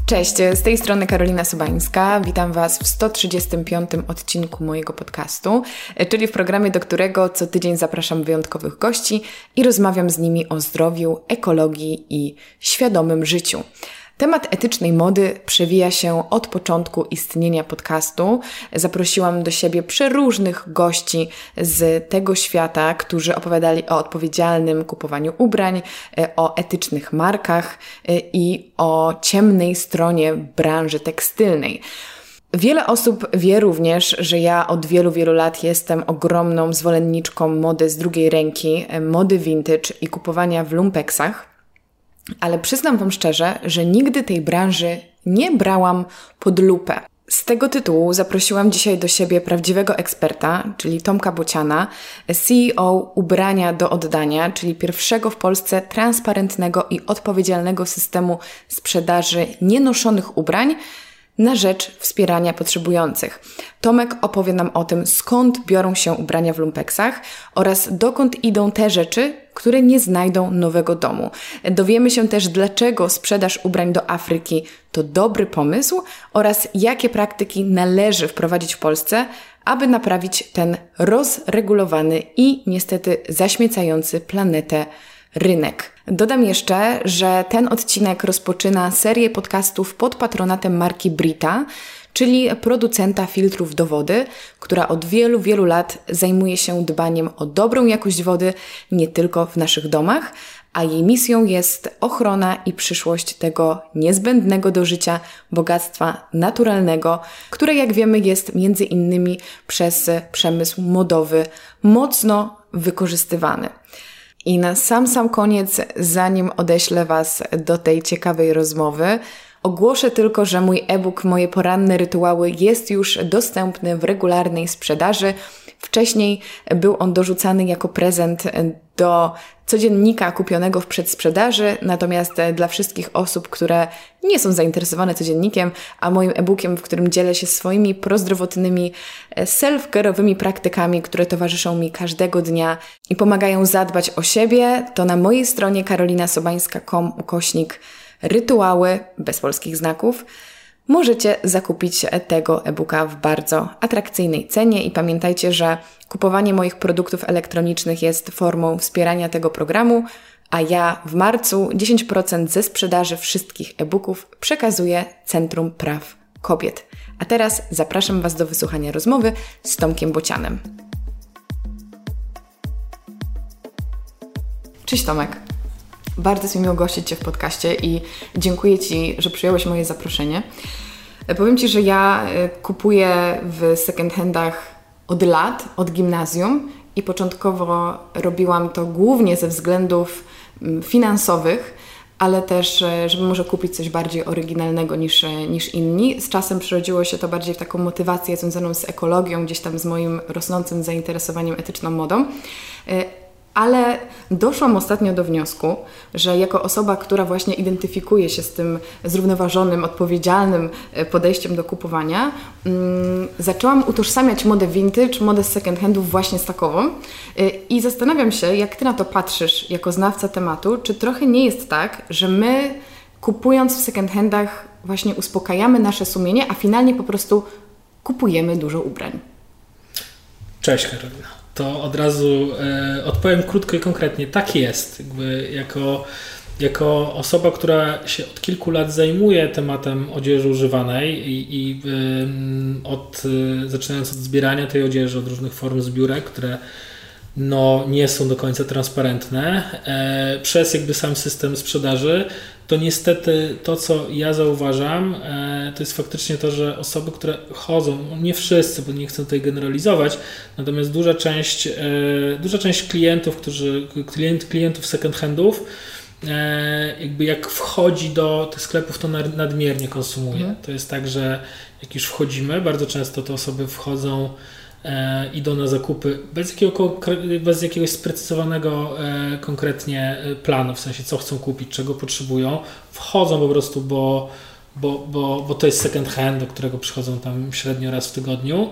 Cześć, z tej strony Karolina Sobańska. Witam Was w 135. odcinku mojego podcastu, czyli w programie, do którego co tydzień zapraszam wyjątkowych gości i rozmawiam z nimi o zdrowiu, ekologii i świadomym życiu. Temat etycznej mody przewija się od początku istnienia podcastu. Zaprosiłam do siebie przeróżnych gości z tego świata, którzy opowiadali o odpowiedzialnym kupowaniu ubrań, o etycznych markach i o ciemnej stronie branży tekstylnej. Wiele osób wie również, że ja od wielu lat jestem ogromną zwolenniczką mody z drugiej ręki, mody vintage i kupowania w lumpeksach. Ale przyznam Wam szczerze, że nigdy tej branży nie brałam pod lupę. Z tego tytułu zaprosiłam dzisiaj do siebie prawdziwego eksperta, czyli Tomka Bociana, CEO Ubrania do Oddania, czyli pierwszego w Polsce transparentnego i odpowiedzialnego systemu sprzedaży nienoszonych ubrań na rzecz wspierania potrzebujących. Tomek opowie nam o tym, skąd biorą się ubrania w lumpeksach oraz dokąd idą te rzeczy, które nie znajdą nowego domu. Dowiemy się też, dlaczego sprzedaż ubrań do Afryki to dobry pomysł oraz jakie praktyki należy wprowadzić w Polsce, aby naprawić ten rozregulowany i niestety zaśmiecający planetę rynek. Dodam jeszcze, że ten odcinek rozpoczyna serię podcastów pod patronatem marki Brita, czyli producenta filtrów do wody, która od wielu lat zajmuje się dbaniem o dobrą jakość wody nie tylko w naszych domach, a jej misją jest ochrona i przyszłość tego niezbędnego do życia bogactwa naturalnego, które jak wiemy jest między innymi przez przemysł modowy mocno wykorzystywany. I na sam koniec, zanim odeślę Was do tej ciekawej rozmowy, ogłoszę tylko, że mój e-book Moje poranne rytuały jest już dostępny w regularnej sprzedaży. Wcześniej był on dorzucany jako prezent do codziennika kupionego w przedsprzedaży, natomiast dla wszystkich osób, które nie są zainteresowane codziennikiem, a moim e-bookiem, w którym dzielę się swoimi prozdrowotnymi, self-care'owymi praktykami, które towarzyszą mi każdego dnia i pomagają zadbać o siebie, to na mojej stronie karolinasobańska.com/rytuały bez polskich znaków możecie zakupić tego e-booka w bardzo atrakcyjnej cenie i pamiętajcie, że kupowanie moich produktów elektronicznych jest formą wspierania tego programu, a ja w marcu 10% ze sprzedaży wszystkich e-booków przekazuję Centrum Praw Kobiet. A teraz zapraszam Was do wysłuchania rozmowy z Tomkiem Bocianem. Cześć Tomek. Bardzo jest mi miło gościć Cię w podcaście i dziękuję Ci, że przyjąłeś moje zaproszenie. Powiem Ci, że ja kupuję w second handach od lat, od gimnazjum i początkowo robiłam to głównie ze względów finansowych, ale też, żeby może kupić coś bardziej oryginalnego niż inni. Z czasem przerodziło się to bardziej w taką motywację związaną z ekologią, gdzieś tam z moim rosnącym zainteresowaniem etyczną modą. Ale doszłam ostatnio do wniosku, że jako osoba, która właśnie identyfikuje się z tym zrównoważonym, odpowiedzialnym podejściem do kupowania, zaczęłam utożsamiać modę vintage, modę z second handów właśnie z takową. I zastanawiam się, jak Ty na to patrzysz jako znawca tematu, czy trochę nie jest tak, że my kupując w second handach właśnie uspokajamy nasze sumienie, a finalnie po prostu kupujemy dużo ubrań. Cześć Karolina. To od razu odpowiem krótko i konkretnie. Tak jest. Jako osoba, która się od kilku lat zajmuje tematem odzieży używanej zaczynając od zbierania tej odzieży, od różnych form zbiórek, które nie są do końca transparentne, przez sam system sprzedaży, to niestety to, co ja zauważam, to jest faktycznie to, że osoby, które chodzą, nie wszyscy, bo nie chcę tutaj generalizować, natomiast duża część klientów second handów, jak wchodzi do tych sklepów, to nadmiernie konsumuje. To jest tak, że jak już wchodzimy, bardzo często te osoby wchodzą, idą na zakupy bez jakiegoś sprecyzowanego konkretnie planu, w sensie co chcą kupić, czego potrzebują. Wchodzą po prostu, bo to jest second hand, do którego przychodzą tam średnio raz w tygodniu.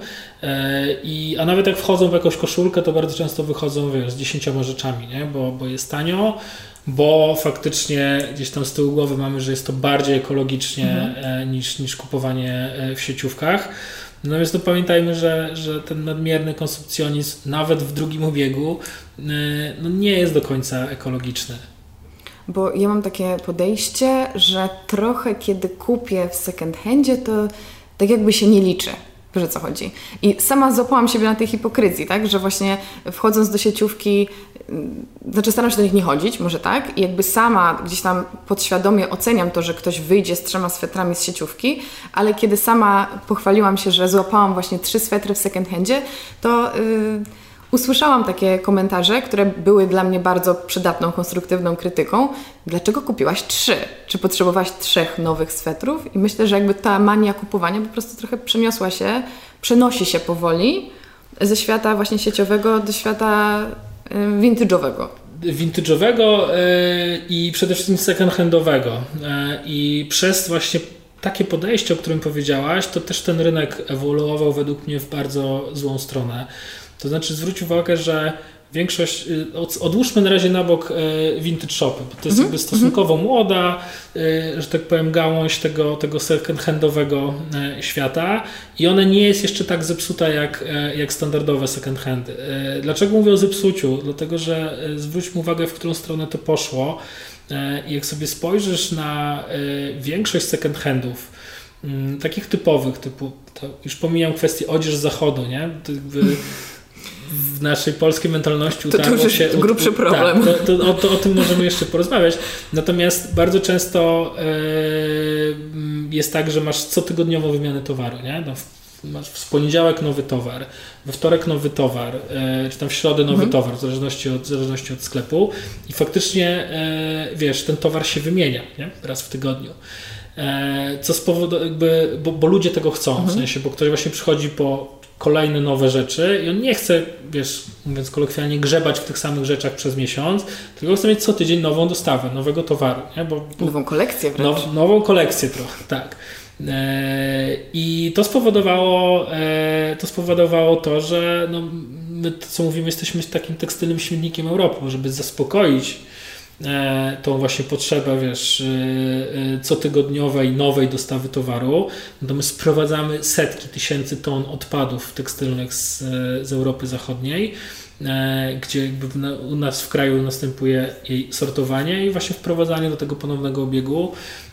A nawet jak wchodzą w jakąś koszulkę, to bardzo często wychodzą, z 10 rzeczami, nie? Bo jest tanio, bo faktycznie gdzieś tam z tyłu głowy mamy, że jest to bardziej ekologicznie niż kupowanie w sieciówkach. Natomiast pamiętajmy, że ten nadmierny konsumpcjonizm nawet w drugim obiegu nie jest do końca ekologiczny. Bo ja mam takie podejście, że trochę kiedy kupię w second handzie, to tak jakby się nie liczy. Wiesz, o co chodzi. I sama złapałam siebie na tej hipokryzji, tak? Że właśnie wchodząc do sieciówki, staram się do nich nie chodzić, może tak, i jakby sama gdzieś tam podświadomie oceniam to, że ktoś wyjdzie z 3 swetrami z sieciówki, ale kiedy sama pochwaliłam się, że złapałam właśnie 3 swetry w second handzie, to usłyszałam takie komentarze, które były dla mnie bardzo przydatną, konstruktywną krytyką. Dlaczego kupiłaś 3? Czy potrzebowałaś 3 nowych swetrów? I myślę, że jakby ta mania kupowania po prostu trochę przenosi się powoli ze świata właśnie sieciowego do świata vintage'owego. Vintage'owego i przede wszystkim second-handowego. I przez właśnie takie podejście, o którym powiedziałaś, to też ten rynek ewoluował według mnie w bardzo złą stronę. To znaczy zwróć uwagę, że większość, odłóżmy na razie na bok vintage shopy, bo to jest jakby stosunkowo młoda, że tak powiem, gałąź tego second-handowego świata i ona nie jest jeszcze tak zepsuta jak standardowe second-handy. Dlaczego mówię o zepsuciu? Dlatego, że zwróćmy uwagę, w którą stronę to poszło i jak sobie spojrzysz na większość second-handów, takich typowych, to już pomijam kwestię odzież z zachodu, nie? To jakby w naszej polskiej mentalności to już jest grubszy problem. Tak, to o tym możemy jeszcze porozmawiać. Natomiast bardzo często jest tak, że masz cotygodniową wymianę towaru, nie? Masz w poniedziałek nowy towar, we wtorek nowy towar, czy tam w środę nowy towar, w zależności od sklepu i faktycznie ten towar się wymienia, nie? Raz w tygodniu. Co spowoduje, bo ludzie tego chcą, w sensie, bo ktoś właśnie przychodzi po kolejne nowe rzeczy i on nie chce, mówiąc kolokwialnie, grzebać w tych samych rzeczach przez miesiąc, tylko chce mieć co tydziń nową dostawę, nowego towaru. Nie? Nową kolekcję wręcz. Nową kolekcję trochę, tak. I to spowodowało to, że my, co mówimy, jesteśmy takim tekstylnym śmietnikiem Europy, żeby zaspokoić tą właśnie potrzebę, cotygodniowej, nowej dostawy towaru, to my sprowadzamy setki tysięcy ton odpadów tekstylnych z Europy Zachodniej, gdzie jakby u nas w kraju następuje jej sortowanie i właśnie wprowadzanie do tego ponownego obiegu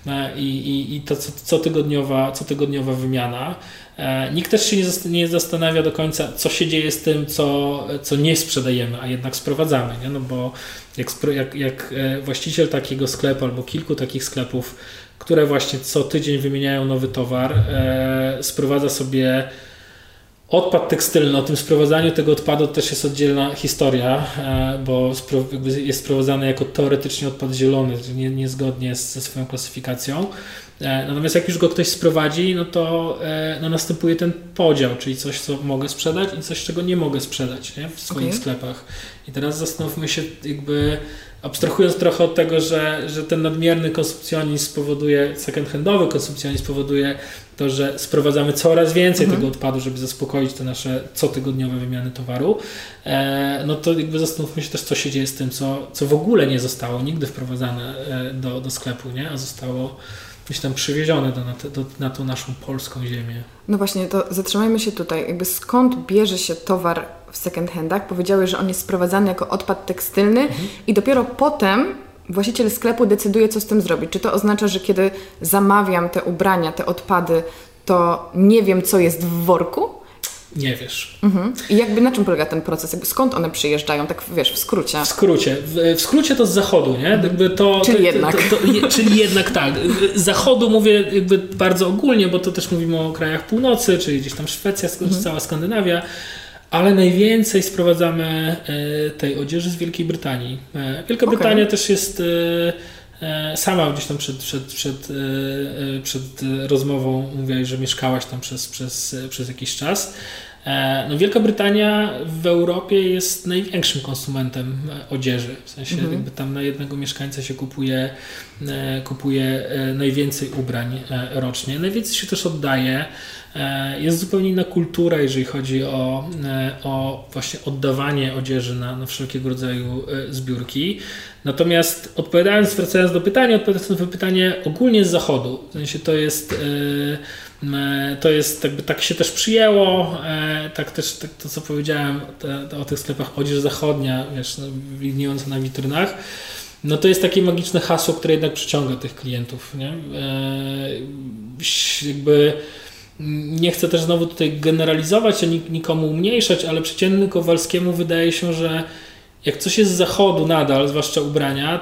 i ta cotygodniowa wymiana. Nikt też się nie zastanawia do końca, co się dzieje z tym, co nie sprzedajemy, a jednak sprowadzamy. Nie? No bo jak właściciel takiego sklepu albo kilku takich sklepów, które właśnie co tydzień wymieniają nowy towar, sprowadza sobie odpad tekstylny. O tym sprowadzaniu tego odpadu też jest oddzielna historia, bo jest sprowadzany jako teoretycznie odpad zielony, niezgodnie ze swoją klasyfikacją. Natomiast jak już go ktoś sprowadzi, to następuje ten podział, czyli coś, co mogę sprzedać i coś, czego nie mogę sprzedać, nie? W swoich sklepach. I teraz zastanówmy się, abstrahując trochę od tego, że ten nadmierny konsumpcjonizm spowoduje, second-handowy konsumpcjonizm spowoduje to, że sprowadzamy coraz więcej tego odpadu, żeby zaspokoić te nasze cotygodniowe wymiany towaru, to zastanówmy się też, co się dzieje z tym, co w ogóle nie zostało nigdy wprowadzane do sklepu, nie? A zostało gdzieś tam przywiezione na tą naszą polską ziemię. No właśnie, to zatrzymajmy się tutaj. Skąd bierze się towar w second handach? Powiedziałeś, że on jest sprowadzany jako odpad tekstylny i dopiero potem właściciel sklepu decyduje, co z tym zrobić. Czy to oznacza, że kiedy zamawiam te ubrania, te odpady, to nie wiem, co jest w worku? Nie wiesz. I na czym polega ten proces? Skąd one przyjeżdżają? Tak w skrócie. W skrócie to z zachodu, nie? Czyli jednak tak. Z zachodu mówię bardzo ogólnie, bo to też mówimy o krajach północy, czyli gdzieś tam Szwecja, cała Skandynawia, ale najwięcej sprowadzamy tej odzieży z Wielkiej Brytanii. Wielka Brytania też jest sama gdzieś tam przed rozmową mówiłaś, że mieszkałaś tam przez jakiś czas. No Wielka Brytania w Europie jest największym konsumentem odzieży. W sensie jakby tam na jednego mieszkańca się kupuje najwięcej ubrań rocznie. Najwięcej się też oddaje. Jest zupełnie inna kultura, jeżeli chodzi o właśnie oddawanie odzieży na wszelkiego rodzaju zbiórki. Natomiast wracając do pytania, odpowiadając na to pytanie ogólnie z zachodu. W sensie to jest jakby tak się też przyjęło, tak też to co powiedziałem o tych sklepach odzież zachodnia, wiesz, widniejąca na witrynach, no to jest takie magiczne hasło, które jednak przyciąga tych klientów, nie? Jakby nie chcę też znowu tutaj generalizować, ani nikomu umniejszać, ale przeciętny Kowalskiemu wydaje się, że jak coś jest z zachodu nadal, zwłaszcza ubrania,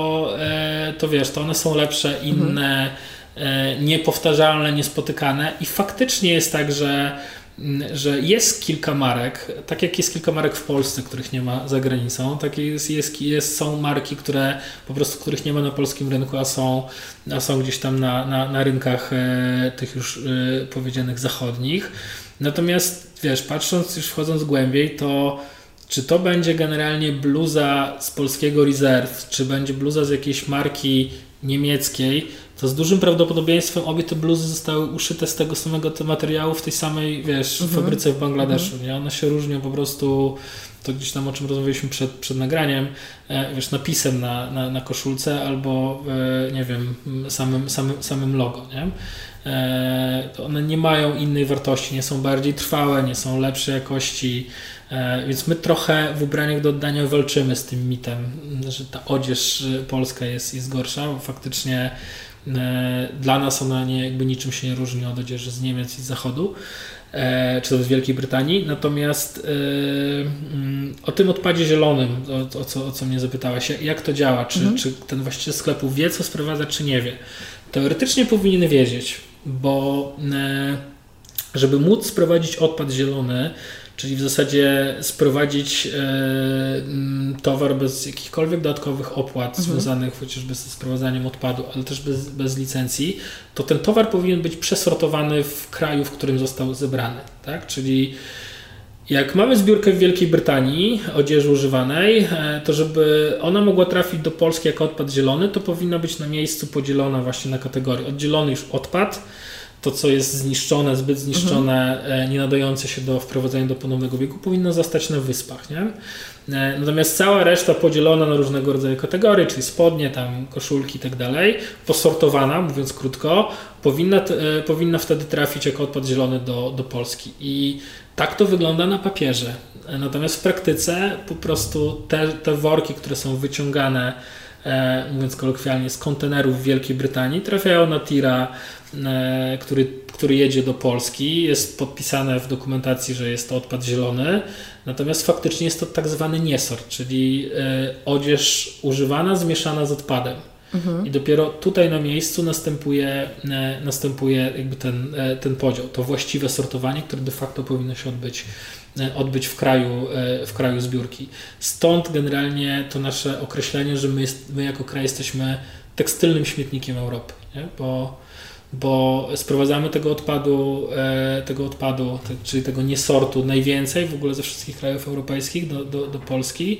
to wiesz, to one są lepsze, inne, niepowtarzalne, niespotykane i faktycznie jest tak, że jest kilka marek, tak jak jest kilka marek w Polsce, których nie ma za granicą, tak są marki, których nie ma na polskim rynku, a są gdzieś tam na rynkach tych już powiedzianych zachodnich. Natomiast wiesz, patrząc, już wchodząc głębiej, to czy to będzie generalnie bluza z polskiego Reserve, czy będzie bluza z jakiejś marki niemieckiej, to z dużym prawdopodobieństwem obie te bluzy zostały uszyte z tego samego materiału w tej samej, wiesz, fabryce w Bangladeszu. Nie? One się różnią po prostu, to gdzieś tam o czym rozmawialiśmy przed nagraniem, wiesz, napisem na koszulce albo, nie wiem, samym logo. Nie? One nie mają innej wartości, nie są bardziej trwałe, nie są lepszej jakości, więc my trochę w ubraniach do oddania walczymy z tym mitem, że ta odzież polska jest gorsza, bo faktycznie dla nas ona jakby niczym się nie różni od odzieży z Niemiec i z Zachodu, czy to z Wielkiej Brytanii. Natomiast o tym odpadzie zielonym, o co mnie zapytałaś, jak to działa, czy ten właściciel sklepu wie, co sprowadza, czy nie wie. Teoretycznie powinien wiedzieć, bo żeby móc sprowadzić odpad zielony, czyli w zasadzie sprowadzić towar bez jakichkolwiek dodatkowych opłat związanych chociażby ze sprowadzaniem odpadu, ale też bez licencji, to ten towar powinien być przesortowany w kraju, w którym został zebrany. Tak? Czyli jak mamy zbiórkę w Wielkiej Brytanii odzieży używanej, to żeby ona mogła trafić do Polski jako odpad zielony, to powinna być na miejscu podzielona właśnie na kategorie. Oddzielony już odpad, to co jest zniszczone, zbyt zniszczone, nie nadające się do wprowadzenia do ponownego biegu, powinno zostać na wyspach. Nie? Natomiast cała reszta podzielona na różnego rodzaju kategorie, czyli spodnie, tam koszulki i tak dalej, posortowana, mówiąc krótko, powinna wtedy trafić jako odpad zielony do Polski. I tak to wygląda na papierze. Natomiast w praktyce po prostu te worki, które są wyciągane, mówiąc kolokwialnie, z kontenerów w Wielkiej Brytanii, trafiają na tira, który jedzie do Polski. Jest podpisane w dokumentacji, że jest to odpad zielony, natomiast faktycznie jest to tak zwany niesort, czyli odzież używana, zmieszana z odpadem. I dopiero tutaj na miejscu następuje jakby ten podział, to właściwe sortowanie, które de facto powinno się odbyć w kraju zbiórki. Stąd generalnie to nasze określenie, że my jako kraj jesteśmy tekstylnym śmietnikiem Europy, nie? Bo sprowadzamy tego odpadu, czyli tego niesortu najwięcej w ogóle ze wszystkich krajów europejskich do Polski.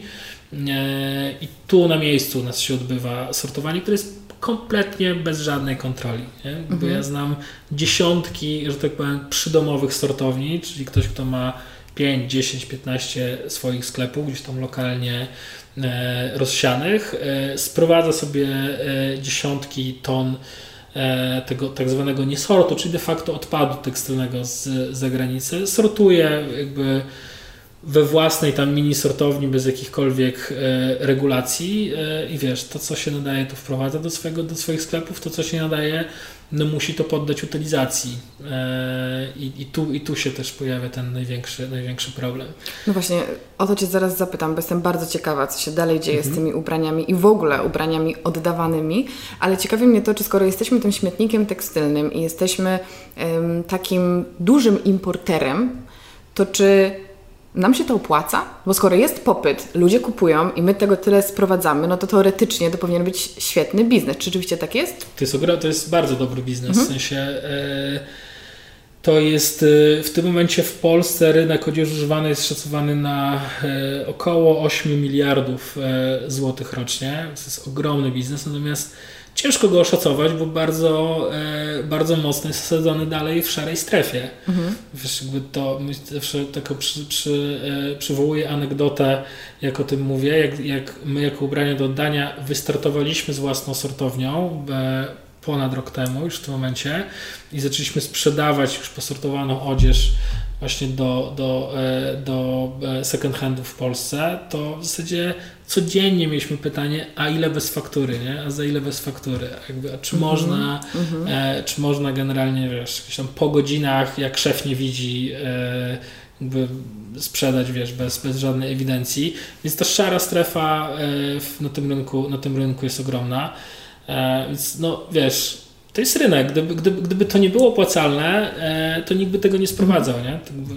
I tu na miejscu u nas się odbywa sortowanie, które jest kompletnie bez żadnej kontroli. Nie? Bo ja znam dziesiątki, że tak powiem, przydomowych sortowni, czyli ktoś, kto ma 5, 10, 15 swoich sklepów gdzieś tam lokalnie rozsianych, sprowadza sobie dziesiątki ton tego tak zwanego niesortu, czyli de facto odpadu tekstylnego z zagranicy, sortuje jakby we własnej tam mini sortowni bez jakichkolwiek regulacji i wiesz, to co się nadaje to wprowadza do swoich sklepów, to co się nadaje no musi to poddać utylizacji i tu się też pojawia ten największy problem. No właśnie, o to Cię zaraz zapytam, bo jestem bardzo ciekawa, co się dalej dzieje z tymi ubraniami i w ogóle ubraniami oddawanymi, ale ciekawi mnie to, czy skoro jesteśmy tym śmietnikiem tekstylnym i jesteśmy takim dużym importerem, to czy nam się to opłaca? Bo skoro jest popyt, ludzie kupują i my tego tyle sprowadzamy, no to teoretycznie to powinien być świetny biznes. Czy rzeczywiście tak jest? To jest bardzo dobry biznes. W sensie to jest w tym momencie w Polsce rynek odzieży używanej jest szacowany na około 8 miliardów złotych rocznie. To jest ogromny biznes, natomiast ciężko go oszacować, bo bardzo mocno jest osadzony dalej w szarej strefie. Wiesz, jakby to zawsze taką przywołuję anegdotę, jak o tym mówię, jak my jako Ubrania do Oddania wystartowaliśmy z własną sortownią ponad rok temu już w tym momencie i zaczęliśmy sprzedawać już posortowaną odzież właśnie do second handów w Polsce, to w zasadzie codziennie mieliśmy pytanie, a ile bez faktury, nie? A za ile bez faktury? Jakby, a czy można generalnie, wiesz, tam po godzinach, jak szef nie widzi, jakby sprzedać, wiesz, bez żadnej ewidencji. Więc ta szara strefa na tym rynku jest ogromna. Więc no wiesz, to jest rynek. Gdyby to nie było opłacalne, to nikt by tego nie sprowadzał, nie?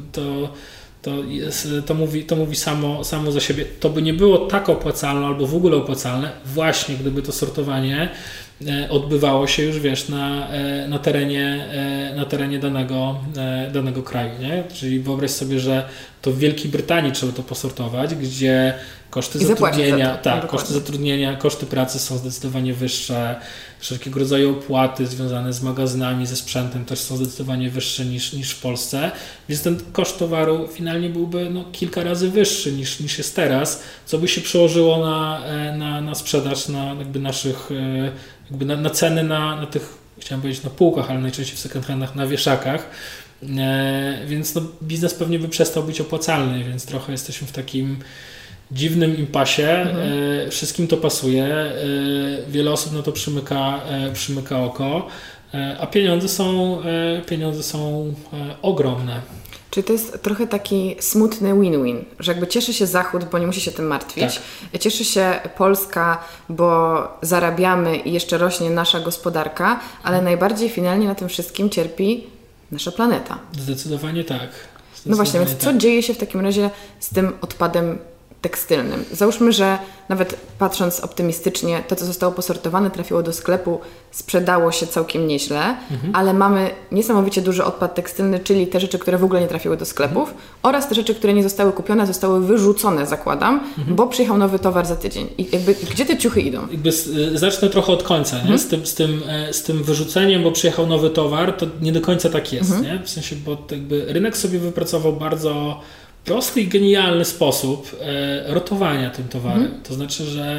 To mówi samo za siebie. To by nie było tak opłacalne albo w ogóle opłacalne, właśnie gdyby to sortowanie odbywało się już, wiesz, na terenie danego kraju, nie? Czyli wyobraź sobie, że to w Wielkiej Brytanii trzeba to posortować, gdzie koszty zatrudnienia, koszty pracy są zdecydowanie wyższe, wszelkiego rodzaju opłaty związane z magazynami, ze sprzętem też są zdecydowanie wyższe niż w Polsce, więc ten koszt towaru finalnie byłby kilka razy wyższy niż jest teraz, co by się przełożyło na sprzedaż, na jakby naszych, na ceny na tych, chciałem powiedzieć na półkach, ale najczęściej w second handach, na wieszakach. Więc biznes pewnie by przestał być opłacalny, więc trochę jesteśmy w takim dziwnym impasie. Wszystkim to pasuje, wiele osób na to przymyka oko, a pieniądze są ogromne. Czyli to jest trochę taki smutny win-win, że jakby cieszy się Zachód, bo nie musi się tym martwić. Tak. Cieszy się Polska, bo zarabiamy i jeszcze rośnie nasza gospodarka, ale najbardziej finalnie na tym wszystkim cierpi nasza planeta. Zdecydowanie tak. No właśnie, więc co dzieje się w takim razie z tym odpadem tekstylnym? Załóżmy, że nawet patrząc optymistycznie, to co zostało posortowane trafiło do sklepu, sprzedało się całkiem nieźle, ale mamy niesamowicie duży odpad tekstylny, czyli te rzeczy, które w ogóle nie trafiły do sklepów oraz te rzeczy, które nie zostały kupione, zostały wyrzucone, zakładam, bo przyjechał nowy towar za tydzień. I jakby gdzie te ciuchy idą? Zacznę trochę od końca, nie? Z tym wyrzuceniem, bo przyjechał nowy towar, to nie do końca tak jest, nie? W sensie, bo jakby rynek sobie wypracował bardzo prosty i genialny sposób rotowania tym towarem. To znaczy, że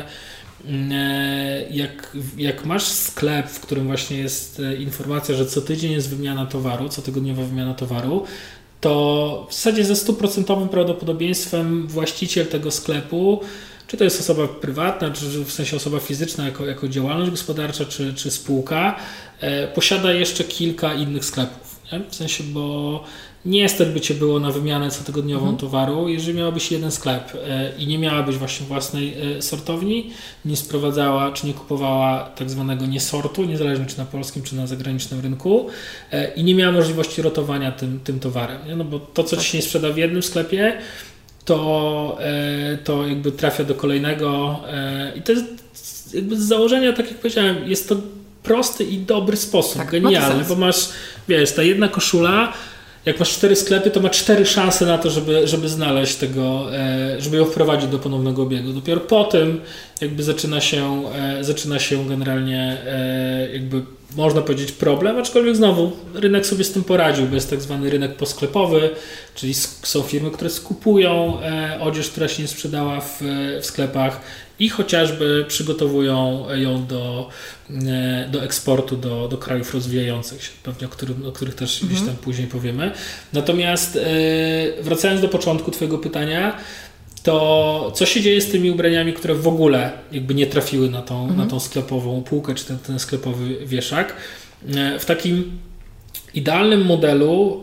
jak masz sklep, w którym właśnie jest informacja, że co tydzień jest wymiana towaru, cotygodniowa wymiana towaru, to w zasadzie ze 100% prawdopodobieństwem właściciel tego sklepu, czy to jest osoba prywatna, czy w sensie osoba fizyczna jako działalność gospodarcza, czy spółka, posiada jeszcze kilka innych sklepów. Nie? W sensie, bo nie stać by Cię było na wymianę cotygodniową towaru, jeżeli miałabyś jeden sklep i nie miałabyś właśnie własnej sortowni, nie sprowadzała czy nie kupowała tak zwanego niesortu, niezależnie czy na polskim, czy na zagranicznym rynku i nie miała możliwości rotowania tym towarem. Nie? No bo to, co Ci się nie sprzeda w jednym sklepie, to jakby trafia do kolejnego i to jest jakby z założenia, tak jak powiedziałem, jest to prosty i dobry sposób, genialny, bo masz, wiesz, ta jedna koszula, jak masz 4 sklepy, to ma 4 szanse na to, żeby znaleźć tego, żeby ją wprowadzić do ponownego obiegu. Dopiero po tym jakby zaczyna się generalnie jakby można powiedzieć problem, aczkolwiek znowu rynek sobie z tym poradził, bo jest tak zwany rynek posklepowy, czyli są firmy, które skupują odzież, która się nie sprzedała w sklepach i chociażby przygotowują ją do eksportu do krajów rozwijających się, pewnie o których też gdzieś tam później powiemy. Natomiast wracając do początku Twojego pytania, to co się dzieje z tymi ubraniami, które w ogóle jakby nie trafiły na tą sklepową półkę, czy ten sklepowy wieszak? W takim idealnym modelu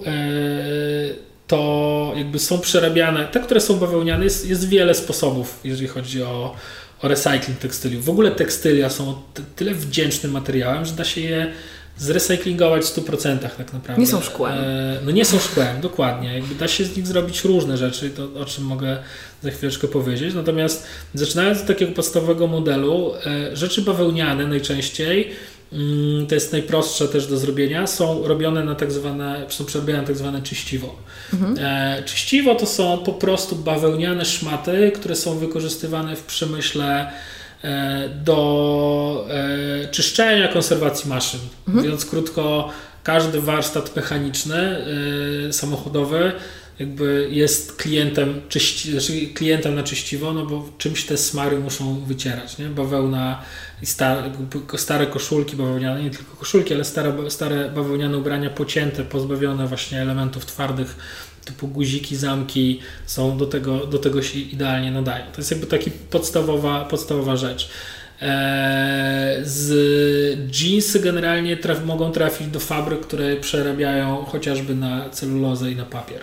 to jakby są przerabiane, te, które są bawełniane, jest wiele sposobów, jeżeli chodzi o recycling tekstyliów. W ogóle tekstylia są tyle wdzięcznym materiałem, że da się je zrecyklingować w 100% tak naprawdę. Nie są szkłem. No nie są szkłem, dokładnie. Jakby da się z nich zrobić różne rzeczy, to o czym mogę za chwileczkę powiedzieć. Natomiast zaczynając od takiego podstawowego modelu, rzeczy bawełniane najczęściej to jest najprostsze też do zrobienia, są przerabiane na tak zwane czyściwo. Czyściwo to są po prostu bawełniane szmaty, które są wykorzystywane w przemyśle do czyszczenia, konserwacji maszyn. Mówiąc krótko, każdy warsztat mechaniczny, samochodowy jakby jest klientem na czyściwo, no bo czymś te smary muszą wycierać, nie? Bawełna i stare koszulki bawełniane, nie tylko koszulki, ale stare bawełniane ubrania pocięte, pozbawione właśnie elementów twardych, typu guziki, zamki, są do tego się idealnie nadają. To jest jakby taki podstawowa rzecz. Z jeansy generalnie mogą trafić do fabryk, które przerabiają chociażby na celulozę i na papier.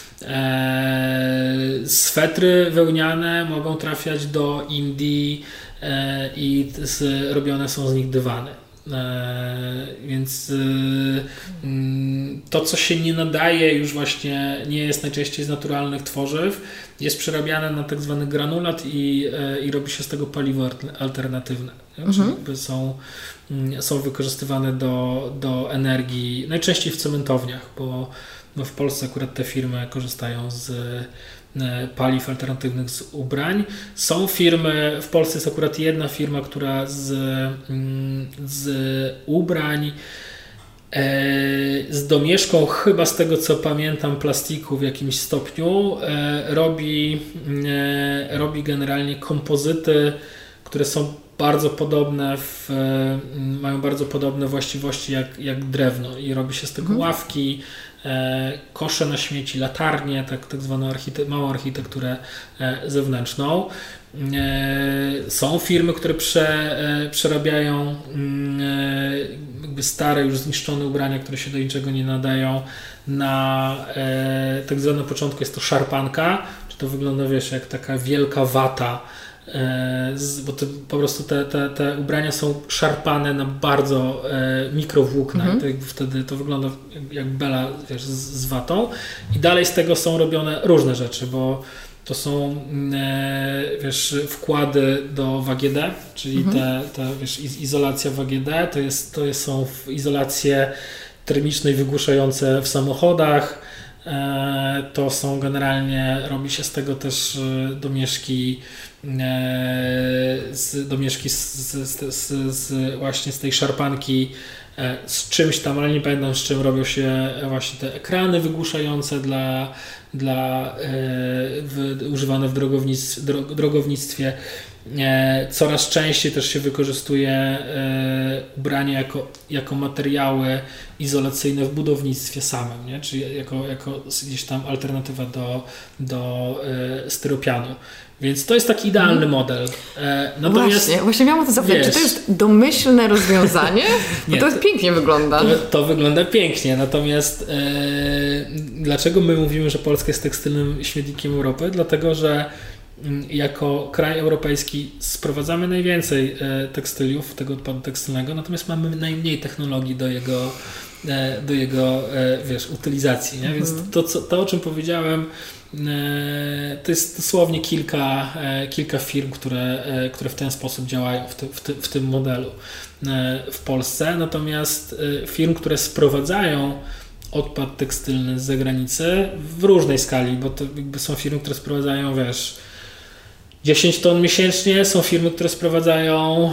Swetry wełniane mogą trafiać do Indii i robione są z nich dywany. Więc to, co się nie nadaje, już właśnie nie jest najczęściej z naturalnych tworzyw, jest przerabiane na tak zwany granulat i robi się z tego paliwo alternatywne. Czyli jakby są wykorzystywane do energii, najczęściej w cementowniach, bo w Polsce akurat te firmy korzystają z paliw alternatywnych z ubrań. Są firmy, w Polsce jest akurat jedna firma, która z ubrań z domieszką, chyba z tego co pamiętam, plastiku w jakimś stopniu, robi generalnie kompozyty, które są bardzo podobne, mają bardzo podobne właściwości jak drewno i robi się z tego ławki, kosze na śmieci, latarnie, tak zwaną małą architekturę zewnętrzną. Są firmy, które przerabiają jakby stare, już zniszczone ubrania, które się do niczego nie nadają, na tak zwane, na początku jest to szarpanka, czy to wygląda, jak taka wielka wata, bo po prostu te ubrania są szarpane na bardzo mikrowłókna i wtedy to wygląda jak bela, z watą, i dalej z tego są robione różne rzeczy, bo to są wkłady do WGD, czyli izolacja WGD, są izolacje termiczne i wygłuszające w samochodach. To są generalnie, robi się z tego też domieszki właśnie z tej szarpanki, z czymś tam, ale nie pamiętam z czym, robią się właśnie te ekrany wygłuszające używane w drogownictwie. Coraz częściej też się wykorzystuje ubrania jako materiały izolacyjne w budownictwie samym, nie? Czyli jako gdzieś tam alternatywa do styropianu. Więc to jest taki idealny model. Natomiast, właśnie miałam o to zapytać, czy to jest domyślne rozwiązanie? Bo nie, to pięknie wygląda. To wygląda pięknie, natomiast dlaczego my mówimy, że Polska jest tekstylnym śmietnikiem Europy? Dlatego, że jako kraj europejski sprowadzamy najwięcej tekstyliów, tego odpadu tekstylnego, natomiast mamy najmniej technologii do jego utylizacji. Nie? Więc to, o czym powiedziałem, to jest dosłownie kilka firm, które w ten sposób działają w tym modelu w Polsce. Natomiast firm, które sprowadzają odpad tekstylny z zagranicy w różnej skali, bo to jakby są firmy, które sprowadzają 10 ton miesięcznie, są firmy, które sprowadzają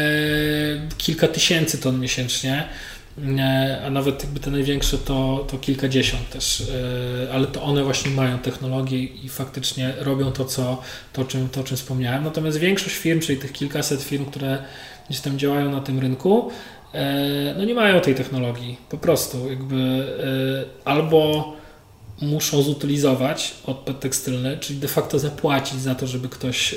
kilka tysięcy ton miesięcznie, a nawet jakby te największe to kilkadziesiąt też, ale to one właśnie mają technologię i faktycznie robią to, o czym wspomniałem. Natomiast większość firm, czyli tych kilkaset firm, które gdzieś tam działają na tym rynku, no nie mają tej technologii, po prostu jakby albo muszą zutylizować odpad tekstylny, czyli de facto zapłacić za to, żeby ktoś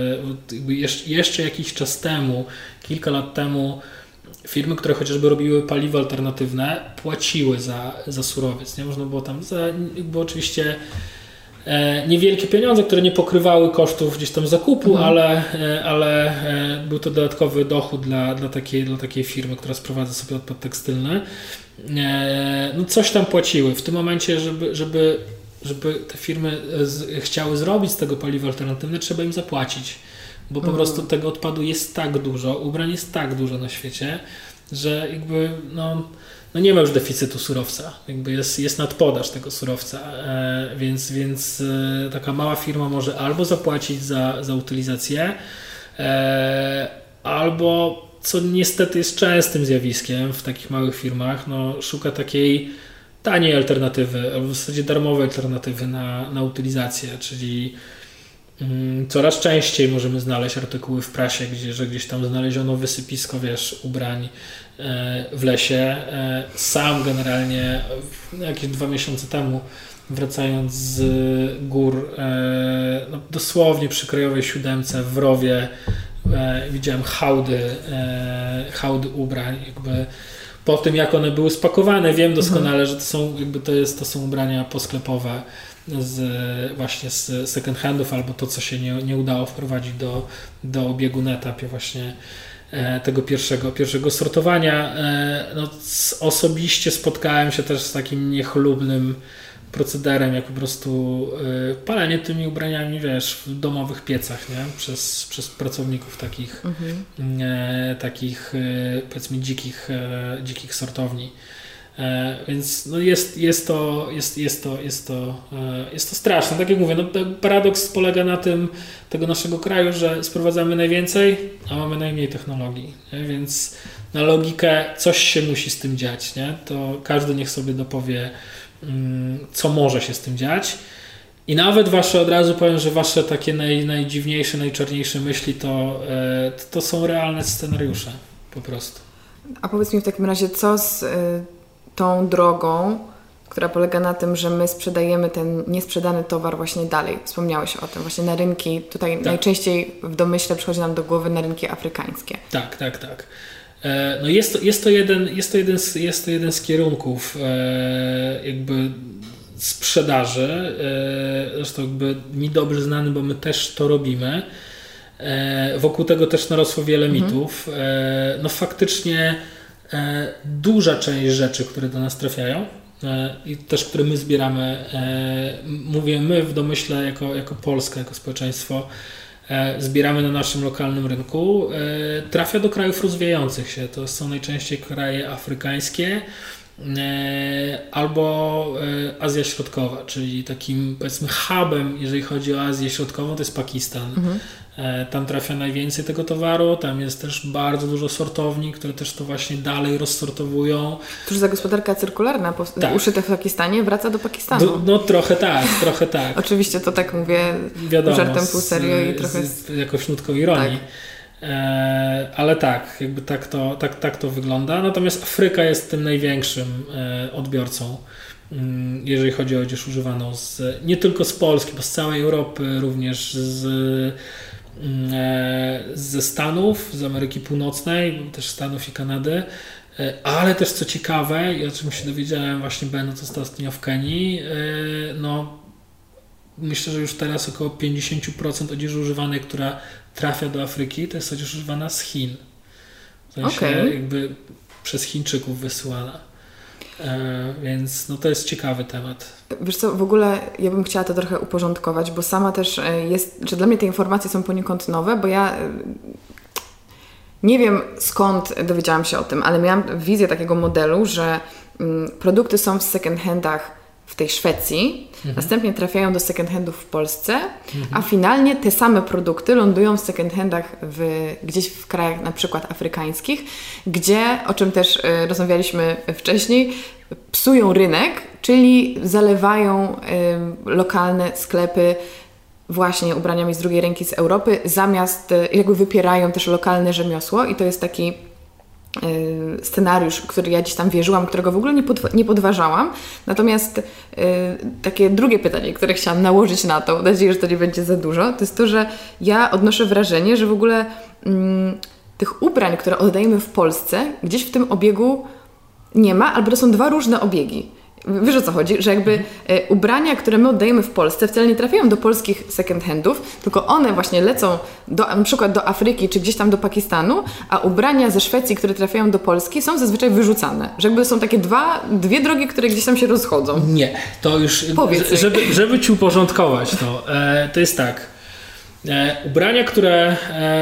jeszcze jakiś czas temu, kilka lat temu, firmy, które chociażby robiły paliwo alternatywne, płaciły za surowiec. Nie można było tam jakby oczywiście niewielkie pieniądze, które nie pokrywały kosztów gdzieś tam zakupu, ale był to dodatkowy dochód dla takiej firmy, która sprowadza sobie odpad tekstylny. No coś tam płaciły. W tym momencie, żeby te firmy chciały zrobić z tego paliwo alternatywne, trzeba im zapłacić, bo po prostu tego odpadu jest tak dużo, ubrań jest tak dużo na świecie, że jakby no nie ma już deficytu surowca, jakby jest nadpodaż tego surowca, więc taka mała firma może albo zapłacić za utylizację, albo, co niestety jest częstym zjawiskiem w takich małych firmach, no szuka takiej taniej alternatywy, albo w zasadzie darmowej alternatywy na utylizację, czyli coraz częściej możemy znaleźć artykuły w prasie, że gdzieś tam znaleziono wysypisko, ubrań w lesie. Sam generalnie jakieś 2 miesiące temu, wracając z gór, dosłownie przy Krajowej 7 w rowie, widziałem hałdy ubrań, jakby po tym, jak one były spakowane, wiem doskonale, że to są ubrania posklepowe właśnie z second handów, albo to, co się nie udało wprowadzić do obiegu na etapie właśnie tego pierwszego sortowania. No, osobiście spotkałem się też z takim niechlubnym procederem, jak po prostu palenie tymi ubraniami, w domowych piecach, nie? Przez pracowników takich powiedzmy dzikich sortowni. Więc no jest to straszne. Tak jak mówię, paradoks polega na tym tego naszego kraju, że sprowadzamy najwięcej, a mamy najmniej technologii. Nie? Więc na logikę coś się musi z tym dziać. Nie? To każdy niech sobie dopowie, co może się z tym dziać. I nawet od razu powiem, że wasze takie najdziwniejsze, najczarniejsze myśli to są realne scenariusze po prostu. A powiedz mi w takim razie, co z tą drogą, która polega na tym, że my sprzedajemy ten niesprzedany towar właśnie dalej. Wspomniałeś o tym, właśnie na rynki, tutaj najczęściej w domyśle przychodzi nam do głowy na rynki afrykańskie. Tak. No jest to jeden z kierunków jakby sprzedaży, zresztą jakby mi dobrze znany, bo my też to robimy. Wokół tego też narosło wiele mitów. No faktycznie duża część rzeczy, które do nas trafiają i też, które my zbieramy, mówię my w domyśle jako Polska, jako społeczeństwo, zbieramy na naszym lokalnym rynku, trafia do krajów rozwijających się. To są najczęściej kraje afrykańskie albo Azja Środkowa, czyli takim, powiedzmy, hubem, jeżeli chodzi o Azję Środkową, to jest Pakistan. Tam trafia najwięcej tego towaru, tam jest też bardzo dużo sortowni, które też to właśnie dalej rozsortowują. Cóż za gospodarka cyrkularna uszyte w Pakistanie wraca do Pakistanu. No trochę tak. Oczywiście to tak mówię, wiadomo, żartem pół serio i trochę jakąś nutką ironii. Ale tak, jakby tak to wygląda. Natomiast Afryka jest tym największym odbiorcą, jeżeli chodzi o odzież używaną nie tylko z Polski, bo z całej Europy, również ze Stanów, z Ameryki Północnej, też Stanów i Kanady, ale też, co ciekawe i o czym się dowiedziałem właśnie będąc ostatnio w Kenii, myślę, że już teraz około 50% odzieży używanej, która trafia do Afryki, to jest odzież używana z Chin. W sensie jakby przez Chińczyków wysyłana. Więc to jest ciekawy temat. Wiesz co, w ogóle ja bym chciała to trochę uporządkować, bo sama też że dla mnie te informacje są poniekąd nowe, bo ja nie wiem, skąd dowiedziałam się o tym, ale miałam wizję takiego modelu, że produkty są w second handach w tej Szwecji, następnie trafiają do second handów w Polsce, a finalnie te same produkty lądują w second handach gdzieś w krajach na przykład afrykańskich, gdzie, o czym też rozmawialiśmy wcześniej, psują rynek, czyli zalewają lokalne sklepy właśnie ubraniami z drugiej ręki z Europy, zamiast jakby wypierają też lokalne rzemiosło i to jest taki scenariusz, który ja gdzieś tam wierzyłam, którego w ogóle nie podważałam. Natomiast takie drugie pytanie, które chciałam nałożyć na to, mam nadzieję, że to nie będzie za dużo, to jest to, że ja odnoszę wrażenie, że w ogóle tych ubrań, które oddajemy w Polsce, gdzieś w tym obiegu nie ma, albo to są dwa różne obiegi. Wiesz, o co chodzi? Że jakby ubrania, które my oddajemy w Polsce, wcale nie trafiają do polskich second handów, tylko one właśnie lecą na przykład do Afryki czy gdzieś tam do Pakistanu, a ubrania ze Szwecji, które trafiają do Polski, są zazwyczaj wyrzucane. Że jakby są takie dwie drogi, które gdzieś tam się rozchodzą. Nie, to już, żeby ci uporządkować to jest tak. Ubrania, które...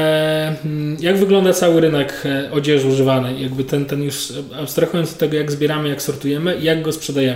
Jak wygląda cały rynek odzieży używanej? Jakby ten już abstrahując od tego, jak zbieramy, jak sortujemy i jak go sprzedajemy.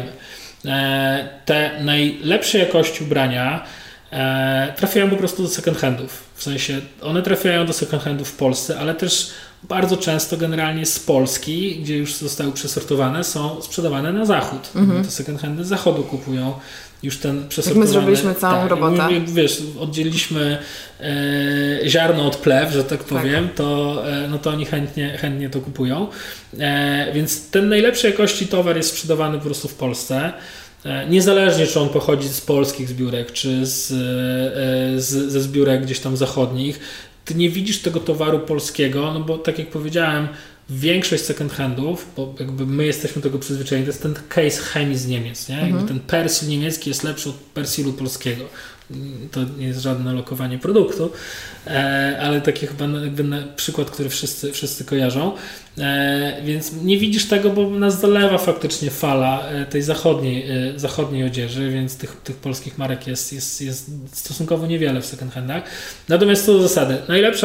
Te najlepszej jakości ubrania trafiają po prostu do second handów. W sensie one trafiają do second handów w Polsce, ale też bardzo często generalnie z Polski, gdzie już zostały przesortowane, są sprzedawane na zachód. Te second handy z zachodu kupują już ten przesortowany... My zrobiliśmy całą robotę. Jak wiesz, oddzieliliśmy ziarno od plew, że tak powiem, to oni chętnie to kupują. Więc ten najlepszej jakości towar jest sprzedawany po prostu w Polsce. Niezależnie, czy on pochodzi z polskich zbiórek, czy ze zbiórek gdzieś tam zachodnich, ty nie widzisz tego towaru polskiego, no bo tak jak powiedziałem, większość second handów, bo jakby my jesteśmy tego przyzwyczajeni, to jest ten case chemii z Niemiec, nie? Jakby ten persil niemiecki jest lepszy od persilu polskiego. To nie jest żadne lokowanie produktu, ale taki chyba jakby przykład, który wszyscy kojarzą. Więc nie widzisz tego, bo nas zalewa faktycznie fala tej zachodniej odzieży, więc tych polskich marek jest stosunkowo niewiele w second handach. Natomiast co do zasady,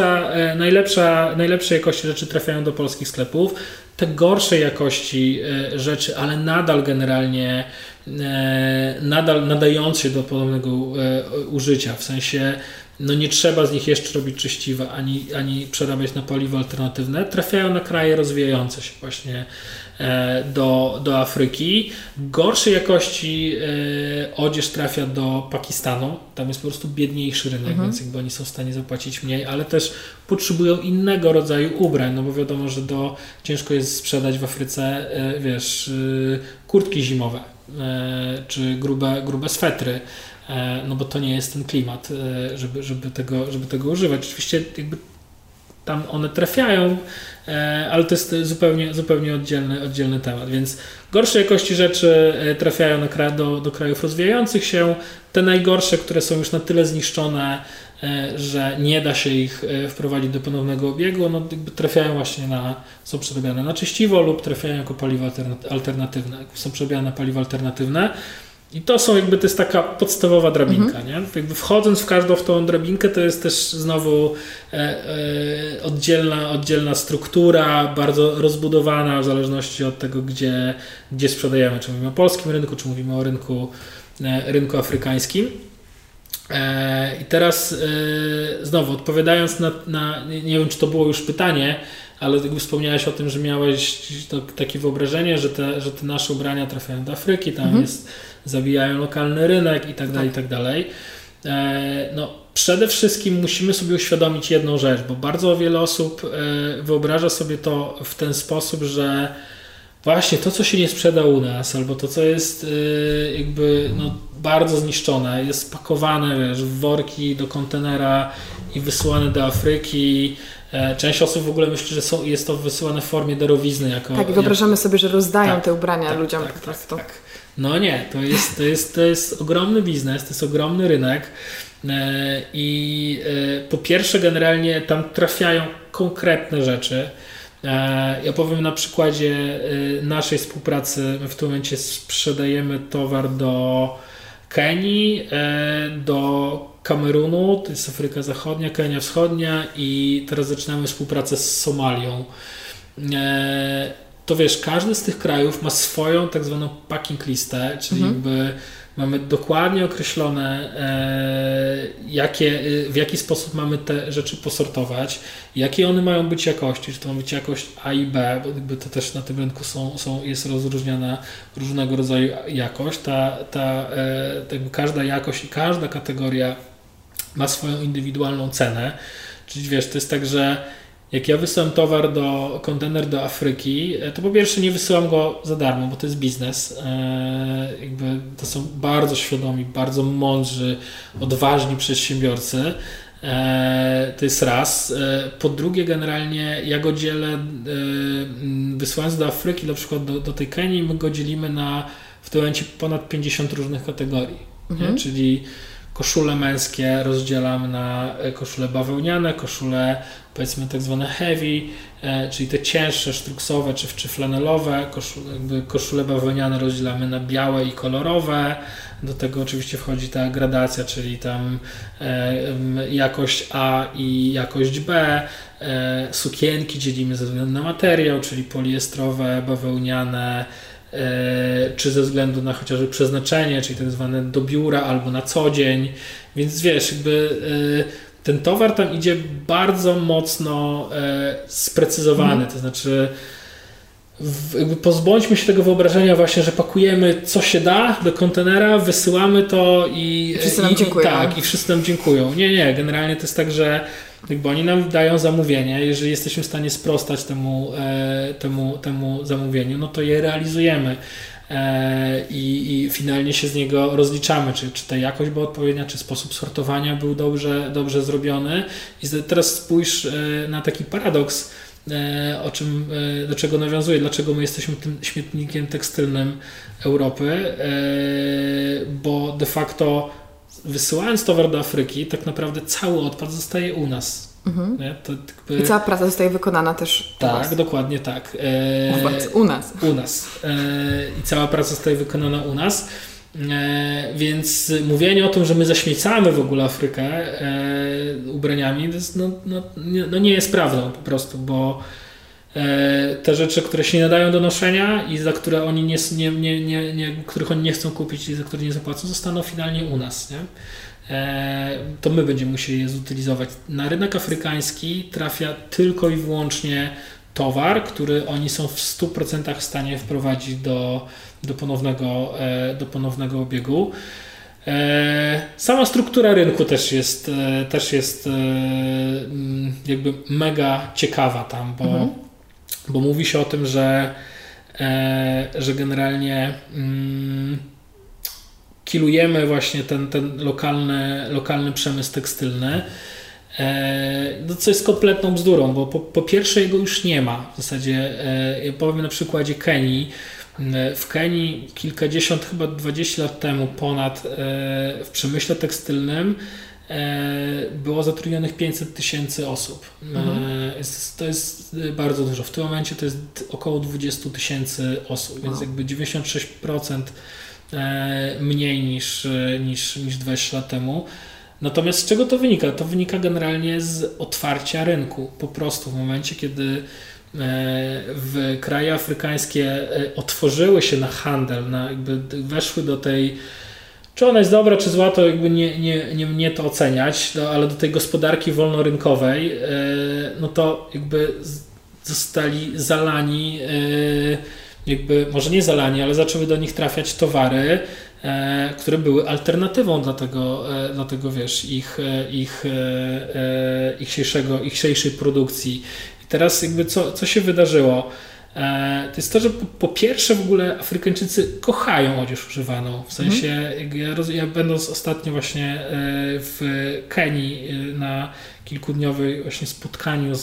najlepszej jakości rzeczy trafiają do polskich sklepów. Te gorszej jakości rzeczy, ale nadal generalnie nadające się do ponownego użycia, w sensie no nie trzeba z nich jeszcze robić czyściwa, ani przerabiać na paliwo alternatywne, trafiają na kraje rozwijające się właśnie do Afryki. Gorszej jakości odzież trafia do Pakistanu, tam jest po prostu biedniejszy rynek, więc jakby oni są w stanie zapłacić mniej, ale też potrzebują innego rodzaju ubrań, no bo wiadomo, że ciężko jest sprzedać w Afryce, kurtki zimowe, czy grube swetry, no bo to nie jest ten klimat, żeby tego używać. Oczywiście jakby tam one trafiają, ale to jest zupełnie oddzielny temat, więc gorsze jakości rzeczy trafiają do krajów rozwijających się, te najgorsze, które są już na tyle zniszczone, że nie da się ich wprowadzić do ponownego obiegu, no jakby są przerabiane na czyściwo lub trafiają jako paliwo alternatywne. Są przerabiane na paliwo alternatywne i to jest taka podstawowa drabinka, nie? Jakby wchodząc w tą drabinkę, to jest też znowu oddzielna struktura, bardzo rozbudowana w zależności od tego, gdzie sprzedajemy. Czy mówimy o polskim rynku, czy mówimy o rynku afrykańskim. I teraz znowu odpowiadając na nie wiem, czy to było już pytanie, ale jakby wspomniałeś o tym, że miałeś takie wyobrażenie, że te nasze ubrania trafiają do Afryki, tam zabijają lokalny rynek i tak dalej. No, przede wszystkim musimy sobie uświadomić jedną rzecz, bo bardzo wiele osób wyobraża sobie to w ten sposób, że właśnie to, co się nie sprzeda u nas, albo to, co jest bardzo zniszczone, jest spakowane w worki do kontenera i wysyłane do Afryki. Część osób w ogóle myśli, że jest to wysyłane w formie darowizny. Wyobrażamy sobie, że rozdają te ubrania ludziom po prostu. Tak. No nie, to jest ogromny biznes, to jest ogromny rynek i po pierwsze generalnie tam trafiają konkretne rzeczy. Ja powiem na przykładzie naszej współpracy, my w tym momencie sprzedajemy towar do Kenii, do Kamerunu, to jest Afryka Zachodnia, Kenia Wschodnia i teraz zaczynamy współpracę z Somalią. To wiesz, każdy z tych krajów ma swoją tak zwaną packing listę, czyli jakby mamy dokładnie określone w jaki sposób mamy te rzeczy posortować, jakie one mają być jakości, czy to ma być jakość A i B, bo jakby to też na tym rynku jest rozróżniana różnego rodzaju jakość. Jakby każda jakość i każda kategoria ma swoją indywidualną cenę, czyli wiesz, to jest tak, że jak ja wysyłam kontener do Afryki, to po pierwsze nie wysyłam go za darmo, bo to jest biznes. Jakby to są bardzo świadomi, bardzo mądrzy, odważni przedsiębiorcy. To jest raz. Po drugie, generalnie ja go dzielę, wysyłając do Afryki, na przykład do tej Kenii, my go dzielimy na w tym momencie ponad 50 różnych kategorii. Czyli Koszule męskie rozdzielam na koszule bawełniane, koszule powiedzmy tak zwane heavy, czyli te cięższe, sztruksowe czy flanelowe. Koszule bawełniane rozdzielamy na białe i kolorowe. Do tego oczywiście wchodzi ta gradacja, czyli tam jakość A i jakość B. Sukienki dzielimy ze względu na materiał, czyli poliestrowe, bawełniane, czy ze względu na chociażby przeznaczenie, czyli tak zwane do biura albo na co dzień. Więc wiesz, ten towar tam idzie bardzo mocno sprecyzowany, to znaczy pozbądźmy się tego wyobrażenia właśnie, że pakujemy co się da do kontenera, wysyłamy to i wszyscy nam dziękują. Tak, i wszyscy nam dziękują. Nie, generalnie to jest tak, że oni nam dają zamówienie, jeżeli jesteśmy w stanie sprostać temu zamówieniu, no to je realizujemy. I finalnie się z niego rozliczamy, czy ta jakość była odpowiednia, czy sposób sortowania był dobrze zrobiony. I teraz spójrz na taki paradoks, do czego nawiązuję, dlaczego my jesteśmy tym śmietnikiem tekstylnym Europy, bo de facto wysyłając towar do Afryki, tak naprawdę cały odpad zostaje u nas. Nie? I cała praca zostaje wykonana też u was. Dokładnie tak. U nas. U nas. I cała praca zostaje wykonana u nas. Więc mówienie o tym, że my zaśmiecamy w ogóle Afrykę ubraniami, to jest, nie jest prawdą po prostu, bo te rzeczy, które się nie nadają do noszenia i za które oni których oni nie chcą kupić i za które nie zapłacą, zostaną finalnie u nas. Nie? To my będziemy musieli je zutylizować. Na rynek afrykański trafia tylko i wyłącznie towar, który oni są w 100% w stanie wprowadzić do ponownego obiegu. Sama struktura rynku też jest jakby mega ciekawa tam, bo mówi się o tym, że generalnie kilujemy właśnie ten lokalny przemysł tekstylny, co jest kompletną bzdurą, bo po pierwsze jego już nie ma. W zasadzie powiem na przykładzie Kenii. W Kenii kilkadziesiąt, chyba 20 lat temu ponad w przemyśle tekstylnym było zatrudnionych 500 000 osób. To jest bardzo dużo. W tym momencie to jest około 20 000 osób, więc jakby 96% mniej niż 20 lat temu. Natomiast z czego to wynika? To wynika generalnie z otwarcia rynku. Po prostu w momencie, kiedy w kraje afrykańskie otworzyły się na handel, jakby weszły do tej, czy ona jest dobra, czy zła, to jakby nie mnie to oceniać, ale do tej gospodarki wolnorynkowej, no to jakby zostali zalani, jakby może nie zalani, ale zaczęły do nich trafiać towary, które były alternatywą dla tego wiesz, ich dzisiejszej produkcji. I teraz jakby co się wydarzyło? To jest to, że po pierwsze w ogóle Afrykańczycy kochają odzież używaną. W sensie ja będąc ostatnio właśnie w Kenii na kilkudniowym właśnie spotkaniu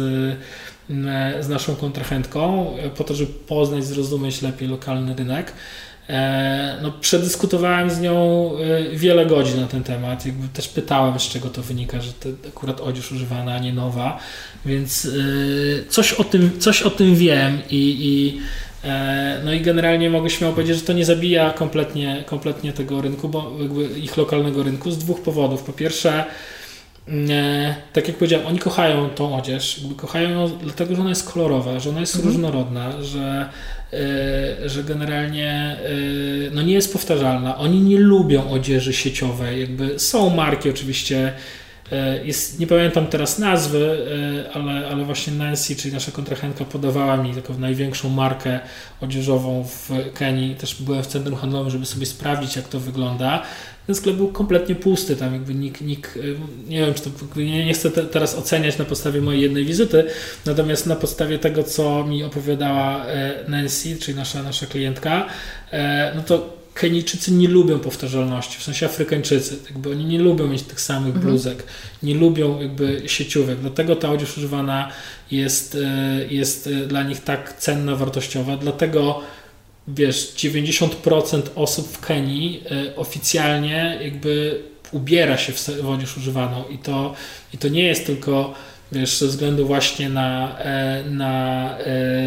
z naszą kontrahentką po to, żeby poznać, zrozumieć lepiej lokalny rynek. Przedyskutowałem z nią wiele godzin na ten temat. Jakby też pytałem, z czego to wynika, że to akurat odzież używana, a nie nowa. Więc coś o tym wiem i generalnie mogę śmiało powiedzieć, że to nie zabija kompletnie tego rynku, bo jakby ich lokalnego rynku z dwóch powodów. Po pierwsze, tak jak powiedziałem, oni kochają tą odzież, kochają ją dlatego, że ona jest kolorowa, że ona jest różnorodna, że generalnie nie jest powtarzalna. Oni nie lubią odzieży sieciowej. Jakby są marki oczywiście, nie pamiętam teraz nazwy, ale właśnie Nancy, czyli nasza kontrahentka, podawała mi taką największą markę odzieżową w Kenii. Też byłem w centrum handlowym, żeby sobie sprawdzić, jak to wygląda. Ten sklep był kompletnie pusty, tam jakby nikt nie wiem, czy to, nie chcę teraz oceniać na podstawie mojej jednej wizyty, natomiast na podstawie tego, co mi opowiadała Nancy, czyli nasza klientka, no to Kenijczycy nie lubią powtarzalności, w sensie Afrykańczycy, jakby oni nie lubią mieć tych samych bluzek, nie lubią jakby sieciówek, dlatego ta odzież używana jest dla nich tak cenna, wartościowa, dlatego wiesz, 90% osób w Kenii oficjalnie jakby ubiera się w odzież używaną i to nie jest tylko, wiesz, ze względu właśnie na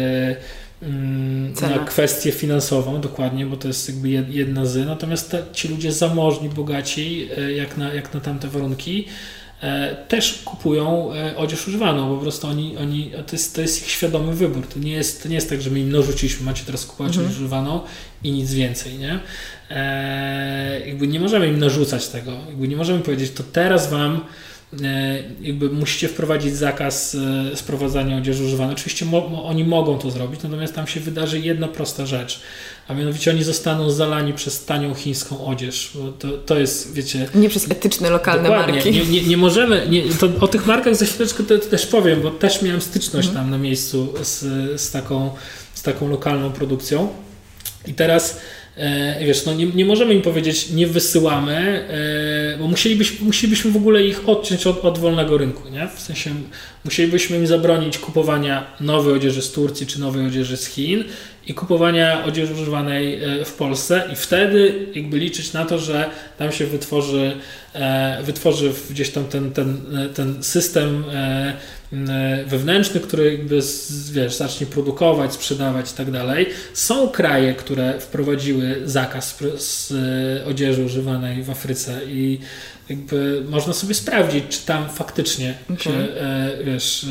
kwestię finansową, dokładnie, bo to jest jakby jedna z, natomiast ci ludzie zamożni, bogaci, jak na tamte warunki, też kupują odzież używaną, po prostu oni to jest ich świadomy wybór. To nie jest tak, że my im narzuciliśmy, macie teraz kupować odzież używaną i nic więcej, nie? Jakby nie możemy im narzucać tego, jakby nie możemy powiedzieć, to teraz wam jakby musicie wprowadzić zakaz sprowadzania odzieży używanej. Oczywiście oni mogą to zrobić, natomiast tam się wydarzy jedna prosta rzecz, a mianowicie oni zostaną zalani przez tanią chińską odzież. Bo to jest, wiecie... Nie przez etyczne, lokalne marki. Nie możemy... To o tych markach za chwileczkę to też powiem, bo też miałem styczność tam na miejscu z taką lokalną produkcją. I teraz wiesz, no nie możemy im powiedzieć, nie wysyłamy, bo musielibyśmy w ogóle ich odciąć od wolnego rynku, nie? W sensie musielibyśmy im zabronić kupowania nowej odzieży z Turcji czy nowej odzieży z Chin i kupowania odzieży używanej w Polsce i wtedy jakby liczyć na to, że tam się wytworzy gdzieś tam ten system wewnętrzny, który jakby wiesz, zacznie produkować, sprzedawać i tak dalej. Są kraje, które wprowadziły zakaz z odzieży używanej w Afryce i jakby można sobie sprawdzić, czy tam faktycznie się wiesz,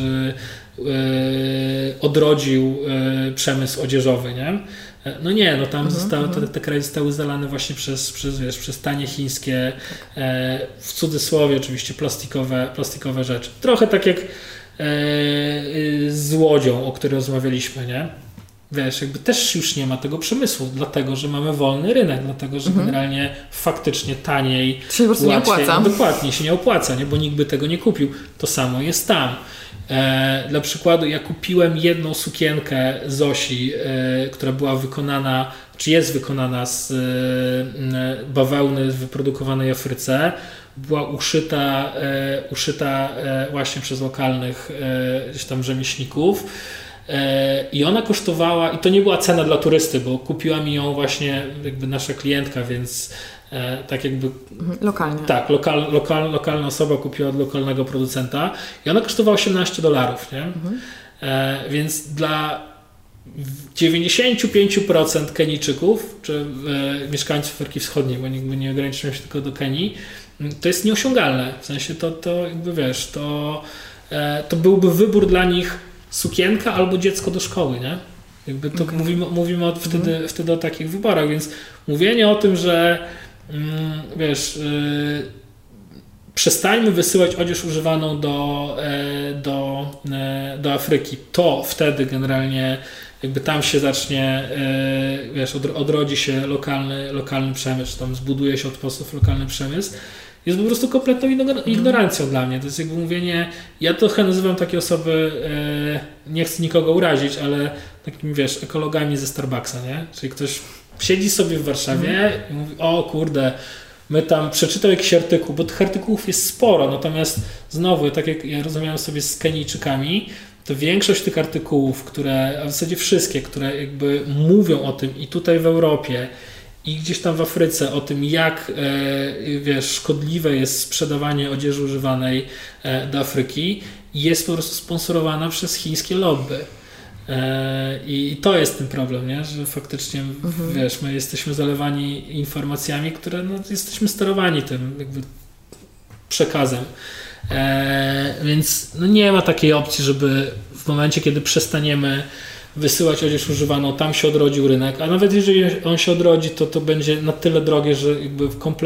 odrodził przemysł odzieżowy, nie? No nie, no tam te kraje zostały zalane właśnie przez tanie chińskie, w cudzysłowie oczywiście plastikowe rzeczy. Trochę tak jak z łodzią, o której rozmawialiśmy, nie? Wiesz, jakby też już nie ma tego przemysłu, dlatego, że mamy wolny rynek, dlatego, że generalnie faktycznie taniej, się po prostu nie opłaca. Dokładnie, się nie opłaca, nie? Bo nikt by tego nie kupił. To samo jest tam. Dla przykładu, ja kupiłem jedną sukienkę Zosi, która była wykonana, czy jest wykonana z bawełny wyprodukowanej w Afryce. Była uszyta właśnie przez lokalnych gdzieś tam rzemieślników. I ona kosztowała, i to nie była cena dla turysty, bo kupiła mi ją właśnie jakby nasza klientka, więc tak jakby... Lokalnie. Tak, lokalna osoba kupiła od lokalnego producenta i ona kosztowała $18, nie? Więc dla 95% Kenijczyków, czy mieszkańców Afryki Wschodniej, bo nie ograniczyłem się tylko do Kenii, to jest nieosiągalne. W sensie to jakby wiesz, to byłby wybór dla nich sukienka albo dziecko do szkoły, nie? Jakby to mówimy wtedy o takich wyborach, więc mówienie o tym, że wiesz, przestańmy wysyłać odzież używaną do Afryki, to wtedy generalnie jakby tam się zacznie, wiesz, odrodzi się lokalny przemysł, tam zbuduje się od podstaw lokalny przemysł, jest po prostu kompletną ignorancją dla mnie. To jest jakby mówienie, ja trochę nazywam takie osoby, nie chcę nikogo urazić, ale takimi, wiesz, ekologami ze Starbucksa, nie? Czyli ktoś siedzi sobie w Warszawie i mówi, o kurde, my tam przeczytał jakiś artykuł, bo tych artykułów jest sporo, natomiast znowu, tak jak ja rozmawiałem sobie z Kenijczykami, to większość tych artykułów, a w zasadzie wszystkie, które jakby mówią o tym i tutaj w Europie, i gdzieś tam w Afryce o tym, jak wiesz, szkodliwe jest sprzedawanie odzieży używanej do Afryki, jest po prostu sponsorowana przez chińskie lobby. I to jest ten problem, nie? Że faktycznie wiesz, my jesteśmy zalewani informacjami, które jesteśmy sterowani tym jakby przekazem. Więc nie ma takiej opcji, żeby w momencie, kiedy przestaniemy wysyłać odzież używaną, tam się odrodził rynek, a nawet jeżeli on się odrodzi, to będzie na tyle drogie, że jakby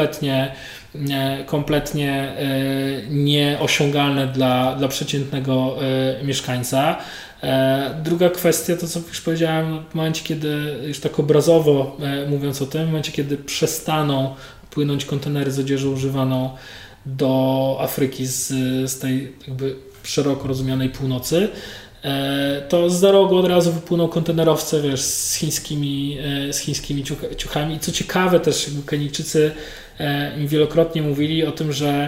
kompletnie nieosiągalne dla przeciętnego mieszkańca. Druga kwestia, to co już powiedziałem, w momencie, kiedy już tak obrazowo mówiąc o tym, w momencie, kiedy przestaną płynąć kontenery z odzieżą używaną do Afryki z tej jakby szeroko rozumianej północy, to za rogu od razu wypłyną kontenerowce, wiesz, z chińskimi ciuchami. I co ciekawe też Kenijczycy mi wielokrotnie mówili o tym, że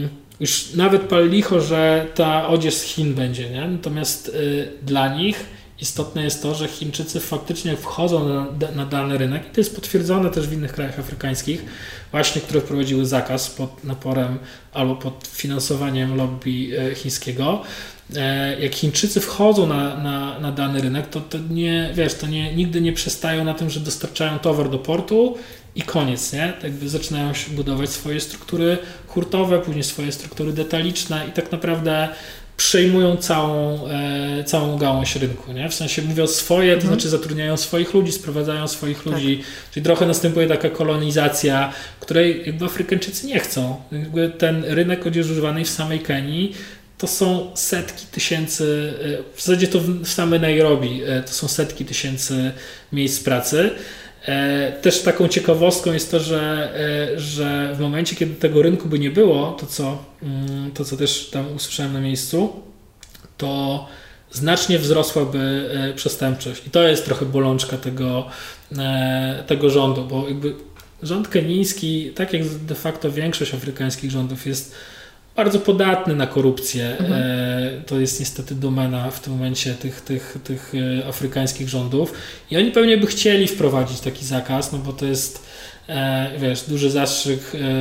już nawet pal licho, że ta odzież z Chin będzie, nie? Natomiast dla nich istotne jest to, że Chińczycy faktycznie wchodzą na dany rynek i to jest potwierdzone też w innych krajach afrykańskich, właśnie które wprowadziły zakaz pod naporem albo pod finansowaniem lobby chińskiego. Jak Chińczycy wchodzą na dany rynek, to nie, wiesz, to nigdy nie przestają na tym, że dostarczają towar do portu i koniec, nie? Tak jakby zaczynają się budować swoje struktury hurtowe, później swoje struktury detaliczne i tak naprawdę przejmują całą gałąź rynku, nie? W sensie mówią swoje, to znaczy zatrudniają swoich ludzi, sprowadzają swoich ludzi, czyli trochę następuje taka kolonizacja, której jakby Afrykańczycy nie chcą. Jakby ten rynek odzieży używanej w samej Kenii to są setki tysięcy, w zasadzie to w samej Nairobi to są setki tysięcy miejsc pracy. Też taką ciekawostką jest to, że w momencie, kiedy tego rynku by nie było, to co też tam usłyszałem na miejscu, to znacznie wzrosłaby przestępczość. I to jest trochę bolączka tego rządu, bo jakby rząd kenijski, tak jak de facto większość afrykańskich rządów, jest bardzo podatny na korupcję. To jest niestety domena w tym momencie tych afrykańskich rządów i oni pewnie by chcieli wprowadzić taki zakaz, no bo to jest wiesz, duży zastrzyk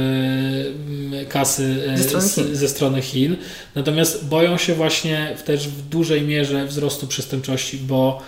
kasy ze strony Chin. Natomiast boją się właśnie też w dużej mierze wzrostu przestępczości, bo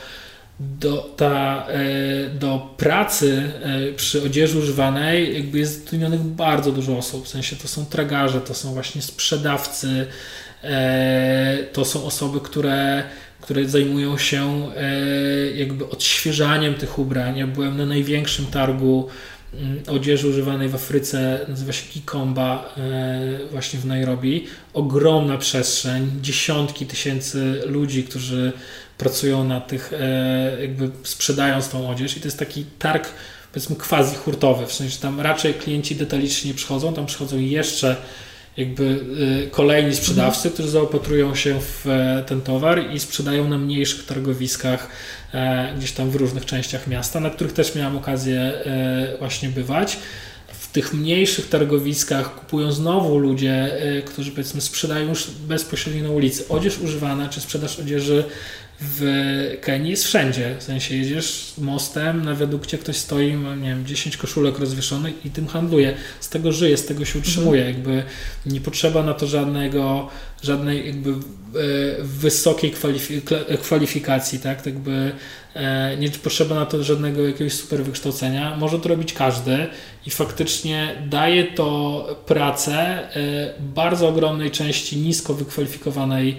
do pracy przy odzieży używanej jakby jest zatrudnionych bardzo dużo osób, w sensie to są tragarze, to są właśnie sprzedawcy, to są osoby, które zajmują się jakby odświeżaniem tych ubrań. Ja byłem na największym targu odzieży używanej w Afryce, nazywa się Gikomba, właśnie w Nairobi. Ogromna przestrzeń, dziesiątki tysięcy ludzi, którzy pracują na tych, jakby sprzedając tą odzież i to jest taki targ, powiedzmy, quasi hurtowy, w sensie tam raczej klienci detalicznie nie przychodzą, tam przychodzą jeszcze jakby kolejni sprzedawcy, którzy zaopatrują się w ten towar i sprzedają na mniejszych targowiskach gdzieś tam w różnych częściach miasta, na których też miałem okazję właśnie bywać. W tych mniejszych targowiskach kupują znowu ludzie, którzy powiedzmy sprzedają już bezpośrednio na ulicy. Odzież używana czy sprzedaż odzieży w Kenii jest wszędzie. W sensie jedziesz mostem, na wiadukcie ktoś stoi, ma, nie wiem, 10 koszulek rozwieszonych i tym handluje. Z tego żyje, z tego się utrzymuje. Jakby nie potrzeba na to żadnej jakby wysokiej kwalifikacji, tak? Jakby nie potrzeba na to żadnego jakiegoś super wykształcenia. Może to robić każdy i faktycznie daje to pracę bardzo ogromnej części nisko wykwalifikowanej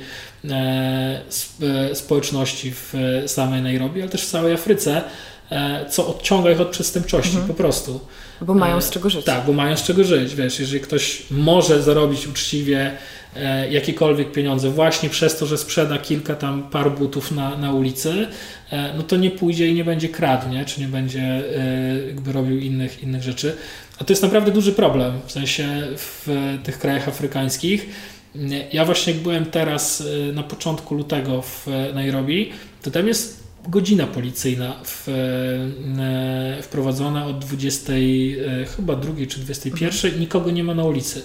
społeczności w samej Nairobi, ale też w całej Afryce, co odciąga ich od przestępczości po prostu. Bo mają z czego żyć. Tak, bo mają z czego żyć. Wiesz, jeżeli ktoś może zarobić uczciwie jakiekolwiek pieniądze właśnie przez to, że sprzeda kilka tam par butów na ulicy, no to nie pójdzie i nie będzie kradł, nie? Czy nie będzie jakby robił innych rzeczy. A to jest naprawdę duży problem, w sensie w tych krajach afrykańskich. Ja właśnie jak byłem teraz na początku lutego w Nairobi, to tam jest godzina policyjna wprowadzona od 20, chyba 2 czy 21, nikogo nie ma na ulicy.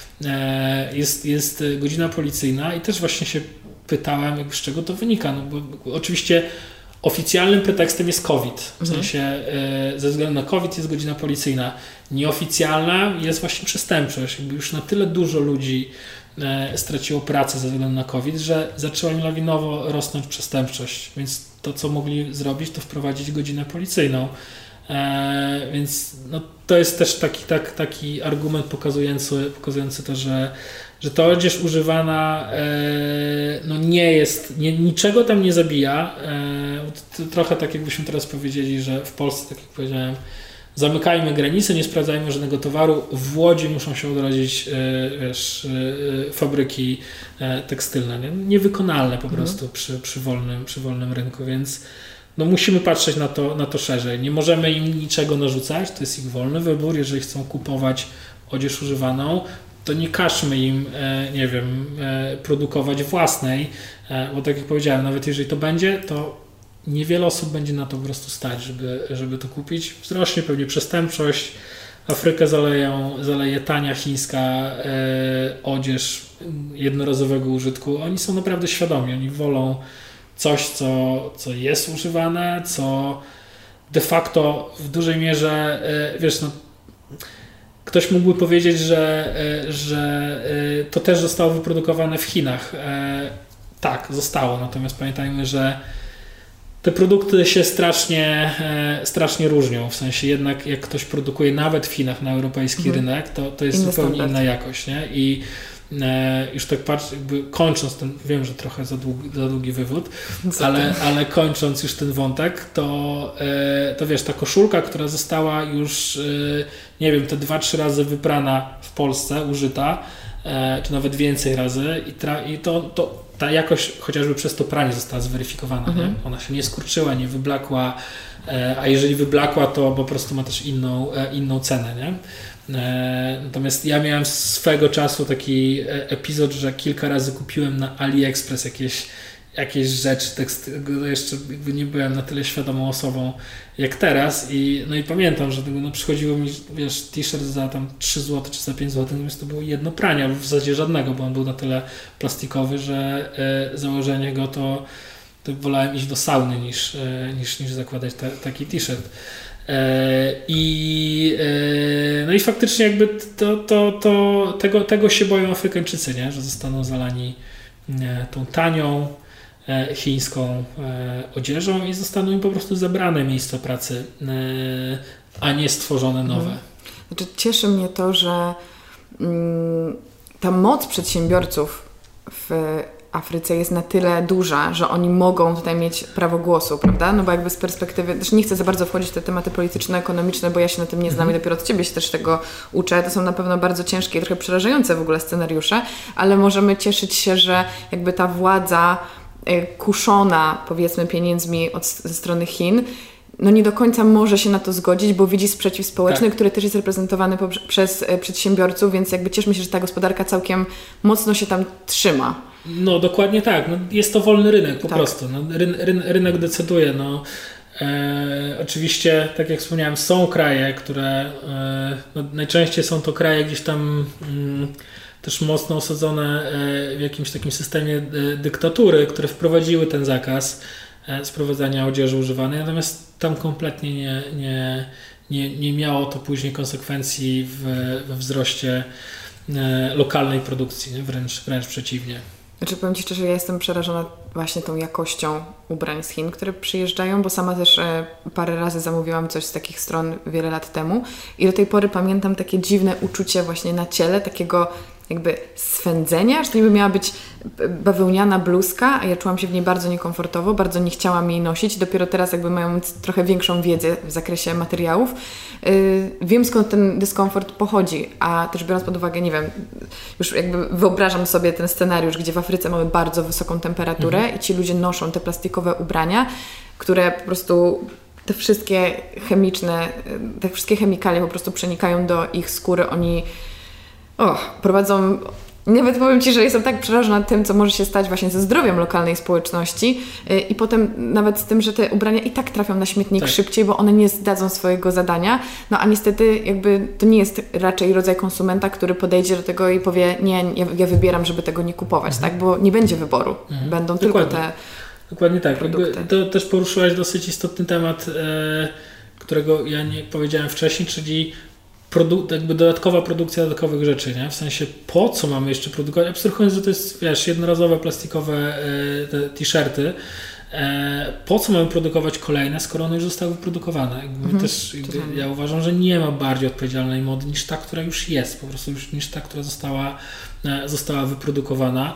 Jest godzina policyjna i też właśnie się pytałem, z czego to wynika. No bo oczywiście oficjalnym pretekstem jest COVID. W sensie ze względu na COVID jest godzina policyjna. Nieoficjalna jest właśnie przestępczość. Jakby już na tyle dużo ludzi straciło pracę ze względu na COVID, że zaczęła im lawinowo rosnąć przestępczość. Więc to, co mogli zrobić, to wprowadzić godzinę policyjną. Więc no, to jest też taki argument pokazujący to, że ta odzież używana no nie jest, niczego tam nie zabija. Trochę tak jakbyśmy teraz powiedzieli, że w Polsce, tak jak powiedziałem, zamykajmy granice, nie sprawdzajmy żadnego towaru. W Łodzi muszą się odrodzić fabryki tekstylne. Niewykonalne po prostu przy wolnym rynku, więc no musimy patrzeć na to szerzej. Nie możemy im niczego narzucać, to jest ich wolny wybór. Jeżeli chcą kupować odzież używaną, to nie każmy im, nie wiem, produkować własnej, bo tak jak powiedziałem, nawet jeżeli to będzie, to niewiele osób będzie na to po prostu stać, żeby to kupić. Wzrośnie pewnie przestępczość, Afrykę zaleje tania chińska odzież jednorazowego użytku. Oni są naprawdę świadomi, oni wolą coś, co jest używane, co de facto w dużej mierze, wiesz, no, ktoś mógłby powiedzieć, że to też zostało wyprodukowane w Chinach. Tak, zostało, natomiast pamiętajmy, że te produkty się strasznie różnią, w sensie jednak jak ktoś produkuje nawet w Chinach na europejski rynek, to jest inny zupełnie standard. inna jakość, nie? I już tak jakby kończąc ten, wiem, że trochę za długi wywód, ale kończąc już ten wątek, to wiesz, ta koszulka, która została już, nie wiem, te 2-3 razy wyprana w Polsce, użyta, czy nawet więcej razy i ta jakość chociażby przez to pranie została zweryfikowana. Nie? Ona się nie skurczyła, nie wyblakła, a jeżeli wyblakła, to po prostu ma też inną cenę. Nie? Natomiast ja miałem swego czasu taki epizod, że kilka razy kupiłem na AliExpress jakieś rzeczy, jeszcze jakby nie byłem na tyle świadomą osobą jak teraz i pamiętam, że przychodziło mi, wiesz, t-shirt za tam 3 zł czy za 5 zł, natomiast to było jedno pranie, w zasadzie żadnego, bo on był na tyle plastikowy, że założenie go to wolałem iść do sauny niż zakładać taki t-shirt. No i faktycznie jakby tego się boją Afrykańczycy, nie? Że zostaną zalani tą tanią chińską odzieżą i zostaną im po prostu zabrane miejsca pracy, a nie stworzone nowe. Znaczy, cieszy mnie to, że ta moc przedsiębiorców w Afryce jest na tyle duża, że oni mogą tutaj mieć prawo głosu, prawda? No bo jakby z perspektywy, też nie chcę za bardzo wchodzić w te tematy polityczno-ekonomiczne, bo ja się na tym nie znam i dopiero od Ciebie się też tego uczę. To są na pewno bardzo ciężkie i trochę przerażające w ogóle scenariusze, ale możemy cieszyć się, że jakby ta władza kuszona, powiedzmy, pieniędzmi ze strony Chin, no nie do końca może się na to zgodzić, bo widzi sprzeciw społeczny, który też jest reprezentowany przez przedsiębiorców, więc jakby cieszmy się, że ta gospodarka całkiem mocno się tam trzyma. No dokładnie tak. No, jest to wolny rynek po prostu. No, rynek decyduje. No. Oczywiście, tak jak wspomniałem, są kraje, które najczęściej są to kraje gdzieś tam też mocno osadzone w jakimś takim systemie dyktatury, które wprowadziły ten zakaz sprowadzania odzieży używanej, natomiast tam kompletnie nie miało to później konsekwencji we wzroście lokalnej produkcji, nie? Wręcz przeciwnie. Znaczy, powiem Ci szczerze, ja jestem przerażona właśnie tą jakością ubrań z Chin, które przyjeżdżają, bo sama też parę razy zamówiłam coś z takich stron wiele lat temu i do tej pory pamiętam takie dziwne uczucie właśnie na ciele, takiego jakby swędzenia, że to niby miała być bawełniana bluzka, a ja czułam się w niej bardzo niekomfortowo, bardzo nie chciałam jej nosić. Dopiero teraz jakby mając trochę większą wiedzę w zakresie materiałów, wiem skąd ten dyskomfort pochodzi, a też biorąc pod uwagę, nie wiem, już jakby wyobrażam sobie ten scenariusz, gdzie w Afryce mamy bardzo wysoką temperaturę i ci ludzie noszą te plastikowe ubrania, które po prostu te wszystkie chemikalia po prostu przenikają do ich skóry, oni prowadzą, nawet powiem Ci, że jestem tak przerażona tym, co może się stać właśnie ze zdrowiem lokalnej społeczności i potem nawet z tym, że te ubrania i tak trafią na śmietnik szybciej, bo one nie zdadzą swojego zadania, no a niestety jakby to nie jest raczej rodzaj konsumenta, który podejdzie do tego i powie, nie, ja wybieram, żeby tego nie kupować, tak, bo nie będzie wyboru, będą tylko te Dokładnie tak. produkty. To też poruszyłaś dosyć istotny temat, którego ja nie powiedziałem wcześniej, czyli jakby dodatkowa produkcja dodatkowych rzeczy, nie? W sensie po co mamy jeszcze produkować, abstrahując, że to jest, wiesz, jednorazowe plastikowe te t-shirty, po co mamy produkować kolejne, skoro one już zostały wyprodukowane. Ja uważam, że nie ma bardziej odpowiedzialnej mody niż ta, która już jest, po prostu już niż ta, która została wyprodukowana.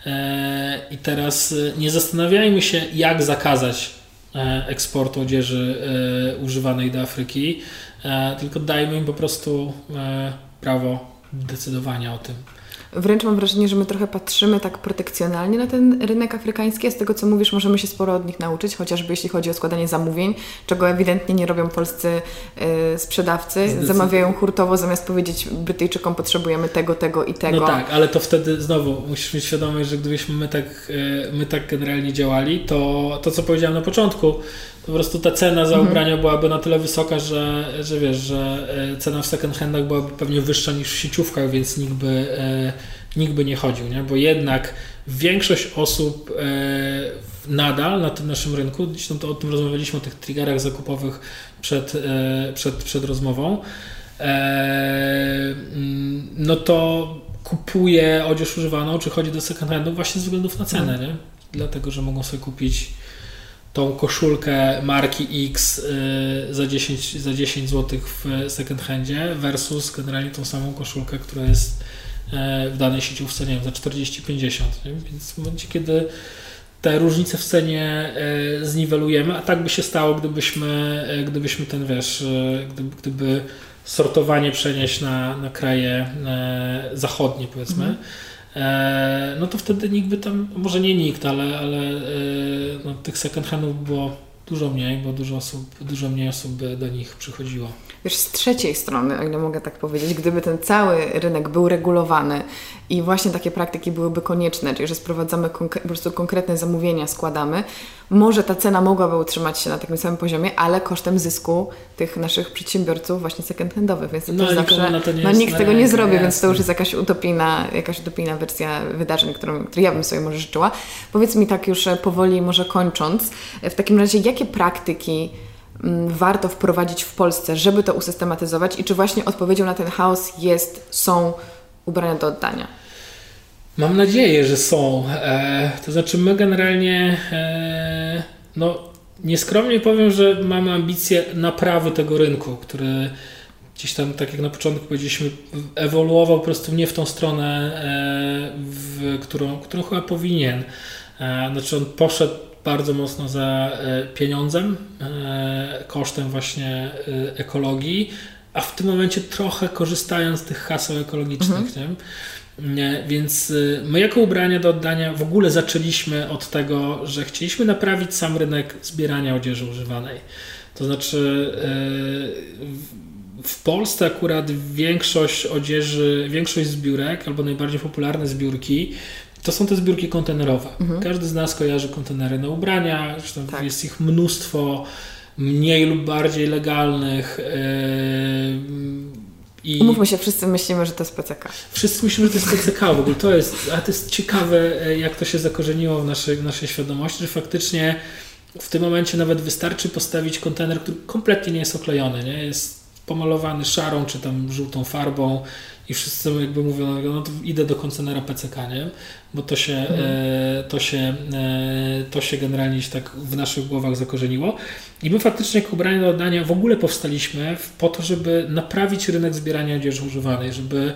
I teraz nie zastanawiajmy się, jak zakazać eksportu odzieży używanej do Afryki, tylko dajmy im po prostu prawo decydowania o tym. Wręcz mam wrażenie, że my trochę patrzymy tak protekcjonalnie na ten rynek afrykański, a z tego, co mówisz, możemy się sporo od nich nauczyć, chociażby jeśli chodzi o składanie zamówień, czego ewidentnie nie robią polscy sprzedawcy. Zamawiają hurtowo, zamiast powiedzieć Brytyjczykom, potrzebujemy tego i tego. No tak, ale to wtedy znowu musisz mieć świadomość, że gdybyśmy my tak generalnie działali, to co powiedziałem na początku, to po prostu ta cena za ubrania byłaby na tyle wysoka, że wiesz, że cena w second handach byłaby pewnie wyższa niż w sieciówkach, więc nikt by nie chodził, nie? Bo jednak większość osób nadal na tym naszym rynku, gdzieś tam to o tym rozmawialiśmy, o tych triggerach zakupowych przed rozmową, no to kupuje odzież używaną, czy chodzi do second handu właśnie ze względów na cenę, nie? Dlatego, że mogą sobie kupić tą koszulkę marki X za 10 zł w second handzie versus generalnie tą samą koszulkę, która jest w danej sieciówce, nie wiem, za 40-50. Więc w momencie, kiedy te różnice w cenie zniwelujemy, a tak by się stało, gdybyśmy ten, gdyby sortowanie przenieść na kraje zachodnie, powiedzmy, no to wtedy nikt by tam, może nie nikt, ale no, tych second handów było dużo mniej, bo dużo mniej osób by do nich przychodziło. Wiesz, z trzeciej strony, o ile mogę tak powiedzieć, gdyby ten cały rynek był regulowany i właśnie takie praktyki byłyby konieczne, czyli że sprowadzamy po prostu konkretne zamówienia, składamy, może ta cena mogłaby utrzymać się na takim samym poziomie, ale kosztem zysku tych naszych przedsiębiorców właśnie second-handowych, więc to zawsze, nikt tego nie zrobi, więc to już jest jakaś utopijna wersja wydarzeń, której ja bym sobie może życzyła. Powiedz mi tak już powoli, może kończąc, w takim razie jakie praktyki warto wprowadzić w Polsce, żeby to usystematyzować i czy właśnie odpowiedzią na ten chaos są ubrania do oddania? Mam nadzieję, że są. To znaczy my generalnie nieskromnie powiem, że mamy ambicje naprawy tego rynku, który gdzieś tam, tak jak na początku powiedzieliśmy, ewoluował po prostu nie w tą stronę, którą chyba powinien. Znaczy on poszedł bardzo mocno za pieniądzem, kosztem właśnie ekologii, a w tym momencie trochę korzystając z tych haseł ekologicznych. Nie? Więc my jako ubrania do oddania w ogóle zaczęliśmy od tego, że chcieliśmy naprawić sam rynek zbierania odzieży używanej. To znaczy w Polsce akurat większość odzieży, większość zbiórek albo najbardziej popularne zbiórki to są te zbiórki kontenerowe. Każdy z nas kojarzy kontenery na ubrania, zresztą jest ich mnóstwo mniej lub bardziej legalnych. Umówmy się, wszyscy myślimy, że to jest PCK. Wszyscy myślimy, że to jest PCK w ogóle. To jest ciekawe, jak to się zakorzeniło w naszej świadomości, że faktycznie w tym momencie nawet wystarczy postawić kontener, który kompletnie nie jest oklejony, nie? Jest pomalowany szarą czy tam żółtą farbą i wszyscy jakby mówią, no to idę do kontenera PCK, nie? Bo to się generalnie tak w naszych głowach zakorzeniło. I my faktycznie jako ubrania do oddania w ogóle powstaliśmy po to, żeby naprawić rynek zbierania odzieży używanej, żeby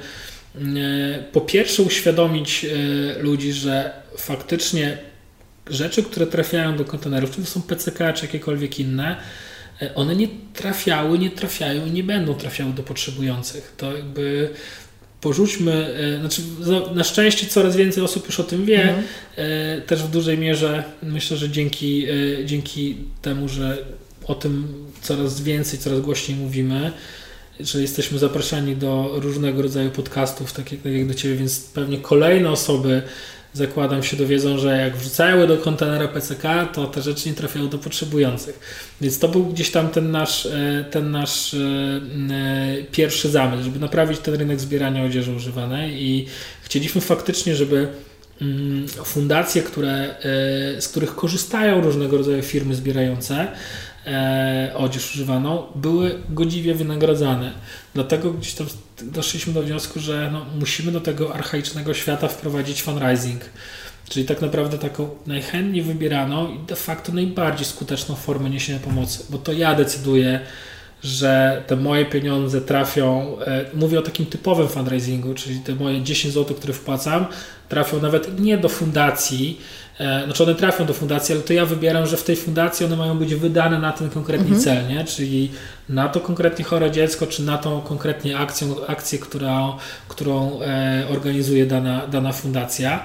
po pierwsze uświadomić ludzi, że faktycznie rzeczy, które trafiają do kontenerów, czy to są PCK, czy jakiekolwiek inne, one nie trafiają i nie będą trafiały do potrzebujących. To jakby porzućmy, znaczy na szczęście coraz więcej osób już o tym wie, też w dużej mierze myślę, że dzięki temu, że o tym coraz więcej, coraz głośniej mówimy, że jesteśmy zapraszani do różnego rodzaju podcastów, tak jak do Ciebie, więc pewnie kolejne osoby, zakładam, się dowiedzą, że jak wrzucają do kontenera PCK, to te rzeczy nie trafiają do potrzebujących. Więc to był gdzieś tam ten nasz pierwszy zamysł, żeby naprawić ten rynek zbierania odzieży używanej i chcieliśmy faktycznie, żeby fundacje, z których korzystają różnego rodzaju firmy zbierające odzież używaną, były godziwie wynagradzane. Dlatego gdzieś tam doszliśmy do wniosku, że musimy do tego archaicznego świata wprowadzić fundraising, czyli tak naprawdę taką najchętniej wybieraną i de facto najbardziej skuteczną formę niesienia pomocy, bo to ja decyduję, że te moje pieniądze trafią, mówię o takim typowym fundraisingu, czyli te moje 10 zł, które wpłacam, trafią nawet nie do fundacji, znaczy one trafią do fundacji, ale to ja wybieram, że w tej fundacji one mają być wydane na ten konkretny cel, nie? Czyli na to konkretnie chore dziecko, czy na tą konkretnie akcję, którą organizuje dana fundacja.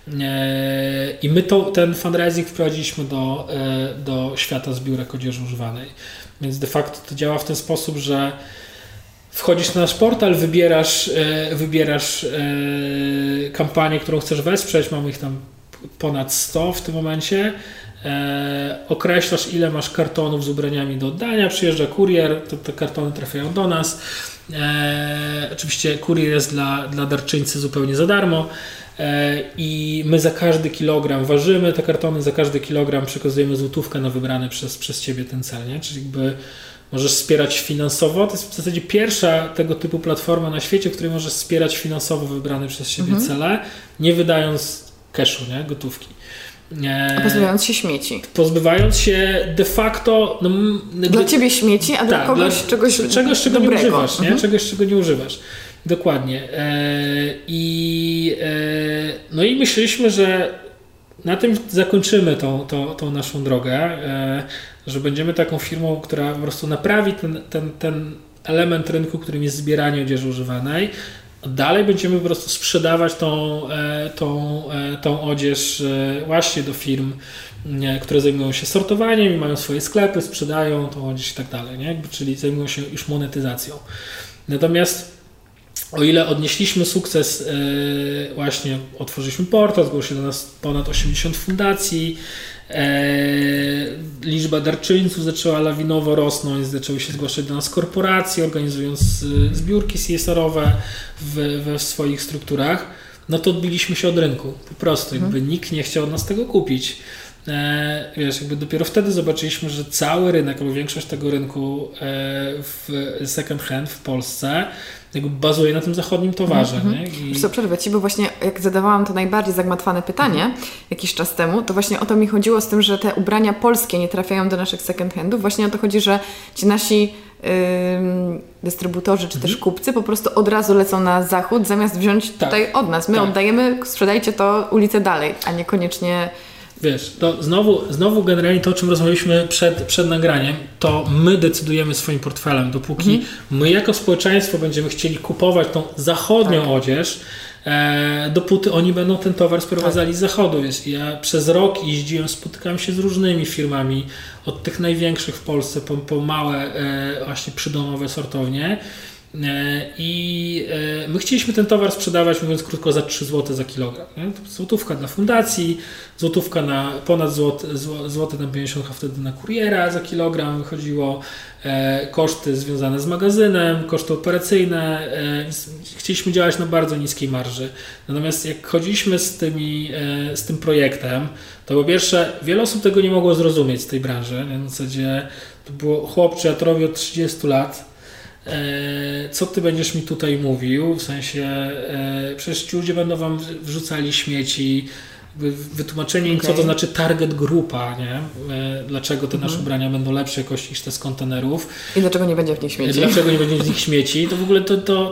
I my ten fundraising wprowadziliśmy do świata zbiórek odzieży używanej. Więc de facto to działa w ten sposób, że wchodzisz na nasz portal, wybierasz kampanię, którą chcesz wesprzeć, mamy ich tam ponad 100 w tym momencie określasz, ile masz kartonów z ubraniami do oddania, przyjeżdża kurier, to te kartony trafiają do nas. Oczywiście kurier jest dla darczyńcy zupełnie za darmo i my za każdy kilogram ważymy te kartony, za każdy kilogram przekazujemy złotówkę na wybrany przez Ciebie ten cel, nie? Czyli jakby możesz wspierać finansowo. To jest w zasadzie pierwsza tego typu platforma na świecie, w której możesz wspierać finansowo wybrane przez siebie cele, nie wydając cashu, nie? Gotówki. Pozbywając się śmieci. Pozbywając się de facto... Dla Ciebie śmieci, a dla kogoś czegoś czego dobrego. Nie używasz. Nie? Czegoś, czego nie używasz. Dokładnie. No i myśleliśmy, że na tym zakończymy tą naszą drogę, że będziemy taką firmą, która po prostu naprawi ten element rynku, którym jest zbieranie odzieży używanej. Dalej będziemy po prostu sprzedawać tą odzież właśnie do firm, które zajmują się sortowaniem i mają swoje sklepy, sprzedają tą odzież i tak dalej, nie? Czyli zajmują się już monetyzacją. Natomiast o ile odnieśliśmy sukces, właśnie otworzyliśmy portal, zgłosiło się do nas ponad 80 fundacji, liczba darczyńców zaczęła lawinowo rosnąć, zaczęły się zgłaszać do nas korporacje, organizując zbiórki CSR-owe w swoich strukturach, no to odbiliśmy się od rynku, po prostu, jakby nikt nie chciał od nas tego kupić. Wiesz, jakby dopiero wtedy zobaczyliśmy, że cały rynek, albo większość tego rynku w second hand w Polsce jakby bazuje na tym zachodnim towarze. Wiesz co, przerwę Ci, bo właśnie jak zadawałam to najbardziej zagmatwane pytanie jakiś czas temu, to właśnie o to mi chodziło z tym, że te ubrania polskie nie trafiają do naszych second handów. Właśnie o to chodzi, że ci nasi dystrybutorzy czy też kupcy po prostu od razu lecą na zachód, zamiast wziąć tutaj od nas. My oddajemy, sprzedajcie to ulicę dalej, a niekoniecznie... Wiesz, to znowu generalnie to, o czym rozmawialiśmy przed nagraniem, to my decydujemy swoim portfelem, dopóki my jako społeczeństwo będziemy chcieli kupować tą zachodnią odzież, dopóty oni będą ten towar sprowadzali z zachodu. Wiesz, ja przez rok jeździłem, spotykałem się z różnymi firmami, od tych największych w Polsce po małe właśnie przydomowe sortownie. I my chcieliśmy ten towar sprzedawać, mówiąc krótko, za 3 zł za kilogram. Nie? To złotówka dla fundacji, złotówka na ponad złoty na 50, a wtedy na kuriera za kilogram wychodziło, koszty związane z magazynem, koszty operacyjne. Chcieliśmy działać na bardzo niskiej marży. Natomiast jak chodziliśmy z tym projektem, to po pierwsze wiele osób tego nie mogło zrozumieć z tej branży. W zasadzie to było, chłopcze, ja to robię od 30 lat. Co ty będziesz mi tutaj mówił, w sensie przecież ci ludzie będą wam wrzucali śmieci, wytłumaczenie im, co to znaczy target grupa, nie? Dlaczego te nasze ubrania będą lepszej jakości niż te z kontenerów. I dlaczego nie będzie w nich śmieci. Dlaczego nie będzie w nich śmieci. To w ogóle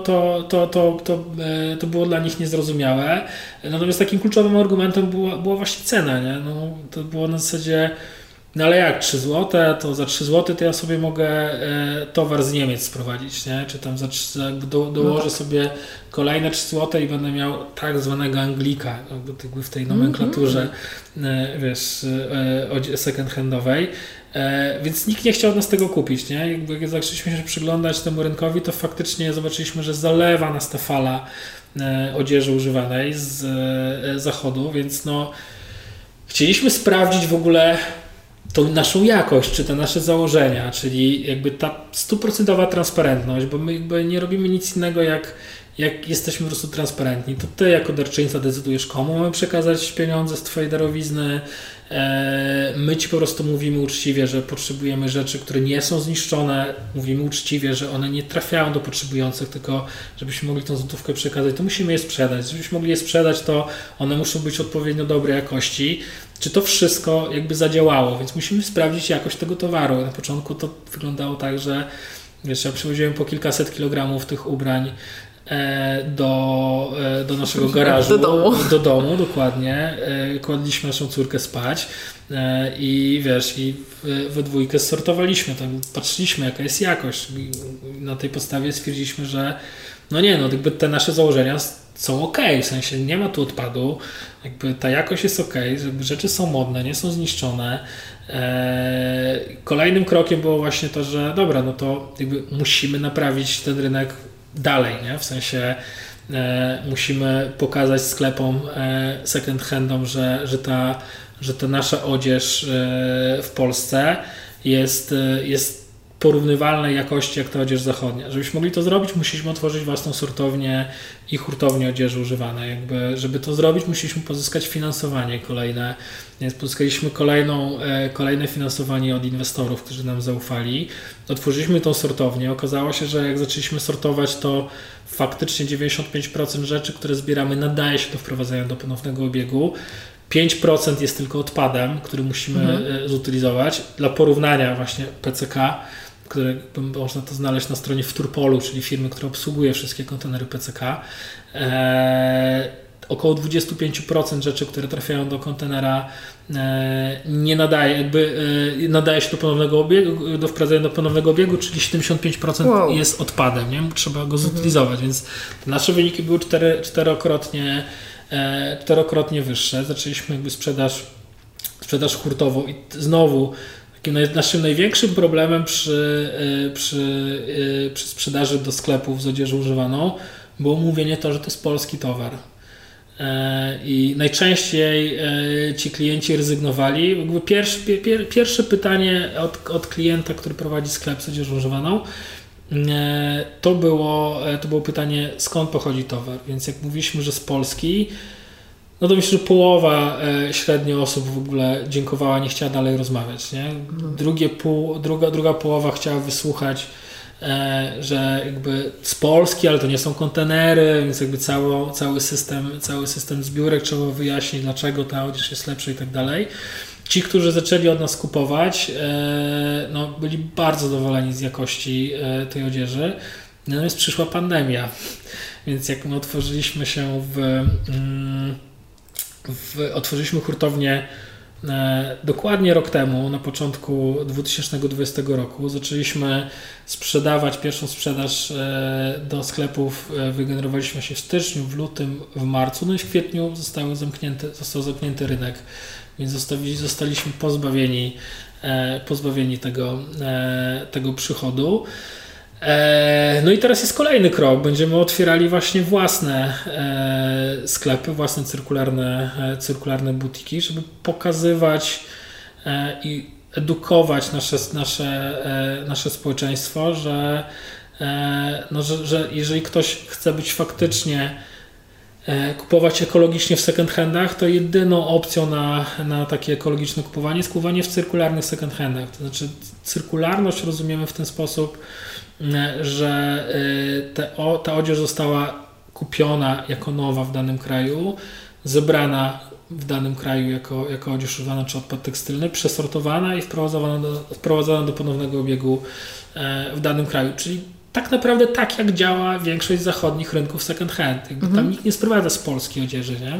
to było dla nich niezrozumiałe. Natomiast takim kluczowym argumentem była właśnie cena, nie? No, to było na zasadzie, no ale jak 3 zł, to za 3 zł to ja sobie mogę towar z Niemiec sprowadzić, nie? Czy tam dołożę sobie kolejne 3 zł i będę miał tak zwanego Anglika, w tej nomenklaturze wiesz, second-handowej. Więc nikt nie chciał od nas tego kupić, nie? Jak zaczęliśmy się przyglądać temu rynkowi, to faktycznie zobaczyliśmy, że zalewa nas ta fala odzieży używanej z zachodu, więc no chcieliśmy sprawdzić w ogóle tą naszą jakość, czy te nasze założenia, czyli jakby ta 100% transparentność, bo my jakby nie robimy nic innego jak jesteśmy po prostu transparentni. To ty jako darczyńca decydujesz, komu mamy przekazać pieniądze z twojej darowizny. My ci po prostu mówimy uczciwie, że potrzebujemy rzeczy, które nie są zniszczone. Mówimy uczciwie, że one nie trafiają do potrzebujących, tylko żebyśmy mogli tą złotówkę przekazać, to musimy je sprzedać. Żebyśmy mogli je sprzedać, to one muszą być odpowiednio dobrej jakości. Czy to wszystko jakby zadziałało, więc musimy sprawdzić jakość tego towaru. Na początku to wyglądało tak, że wiesz, ja przywoziłem po kilkaset kilogramów tych ubrań do naszego garażu, do domu dokładnie. Kładliśmy naszą córkę spać i wiesz, i we dwójkę sortowaliśmy, tak, patrzyliśmy jaka jest jakość i na tej podstawie stwierdziliśmy, że no jakby te nasze założenia są w sensie nie ma tu odpadu, jakby ta jakość jest jakby rzeczy są modne, nie są zniszczone. Kolejnym krokiem było właśnie to, że dobra, no to jakby musimy naprawić ten rynek dalej, nie? W sensie musimy pokazać sklepom second handom, że ta że ta nasza odzież w Polsce jest porównywalnej jakości jak ta odzież zachodnia. Żebyśmy mogli to zrobić, musieliśmy otworzyć własną sortownię i hurtownię odzieży używanej. Żeby to zrobić, musieliśmy pozyskać finansowanie kolejne. Więc pozyskaliśmy kolejne finansowanie od inwestorów, którzy nam zaufali. Otworzyliśmy tą sortownię. Okazało się, że jak zaczęliśmy sortować, to faktycznie 95% rzeczy, które zbieramy, nadaje się do wprowadzenia do ponownego obiegu. 5% jest tylko odpadem, który musimy zutylizować. Dla porównania właśnie PCK, które można to znaleźć na stronie Wturpolu, czyli firmy, która obsługuje wszystkie kontenery PCK. Około 25% rzeczy, które trafiają do kontenera, nie nadaje się do ponownego obiegu, do wprowadzenia do ponownego obiegu, czyli 75% jest odpadem, nie? Trzeba go zutylizować, więc nasze wyniki były czterokrotnie wyższe. Zaczęliśmy sprzedaż hurtową i znowu takim naszym największym problemem przy sprzedaży do sklepów z odzieżą używaną było mówienie to, że to jest polski towar. I najczęściej ci klienci rezygnowali. Pierwsze pytanie od klienta, który prowadzi sklep z odzieżą używaną, to było pytanie, skąd pochodzi towar. Więc jak mówiliśmy, że z Polski, no to myślę, że połowa średnio osób w ogóle dziękowała, nie chciała dalej rozmawiać. Nie? Druga połowa chciała wysłuchać, że jakby z Polski, ale to nie są kontenery, więc jakby cały system zbiórek trzeba wyjaśnić, dlaczego ta odzież jest lepsza i tak dalej. Ci, którzy zaczęli od nas kupować, byli bardzo zadowoleni z jakości tej odzieży. Natomiast przyszła pandemia, więc jak my otworzyliśmy hurtownię dokładnie rok temu, na początku 2020 roku, zaczęliśmy sprzedawać, pierwszą sprzedaż do sklepów wygenerowaliśmy się w styczniu, w lutym, w marcu, no i w kwietniu został zamknięty rynek, więc zostaliśmy pozbawieni tego przychodu. No i teraz jest kolejny krok. Będziemy otwierali właśnie własne sklepy, własne cyrkularne butiki, żeby pokazywać i edukować nasze społeczeństwo, że jeżeli ktoś chce być faktycznie kupować ekologicznie w second handach, to jedyną opcją na takie ekologiczne kupowanie jest kupowanie w cyrkularnych second handach. To znaczy cyrkularność rozumiemy w ten sposób, że ta odzież została kupiona jako nowa w danym kraju, zebrana w danym kraju jako odzież używana czy odpad tekstylny, przesortowana i wprowadzona do ponownego obiegu w danym kraju. Czyli tak naprawdę tak jak działa większość zachodnich rynków second hand. Tam nikt nie sprowadza z Polski odzieży, nie?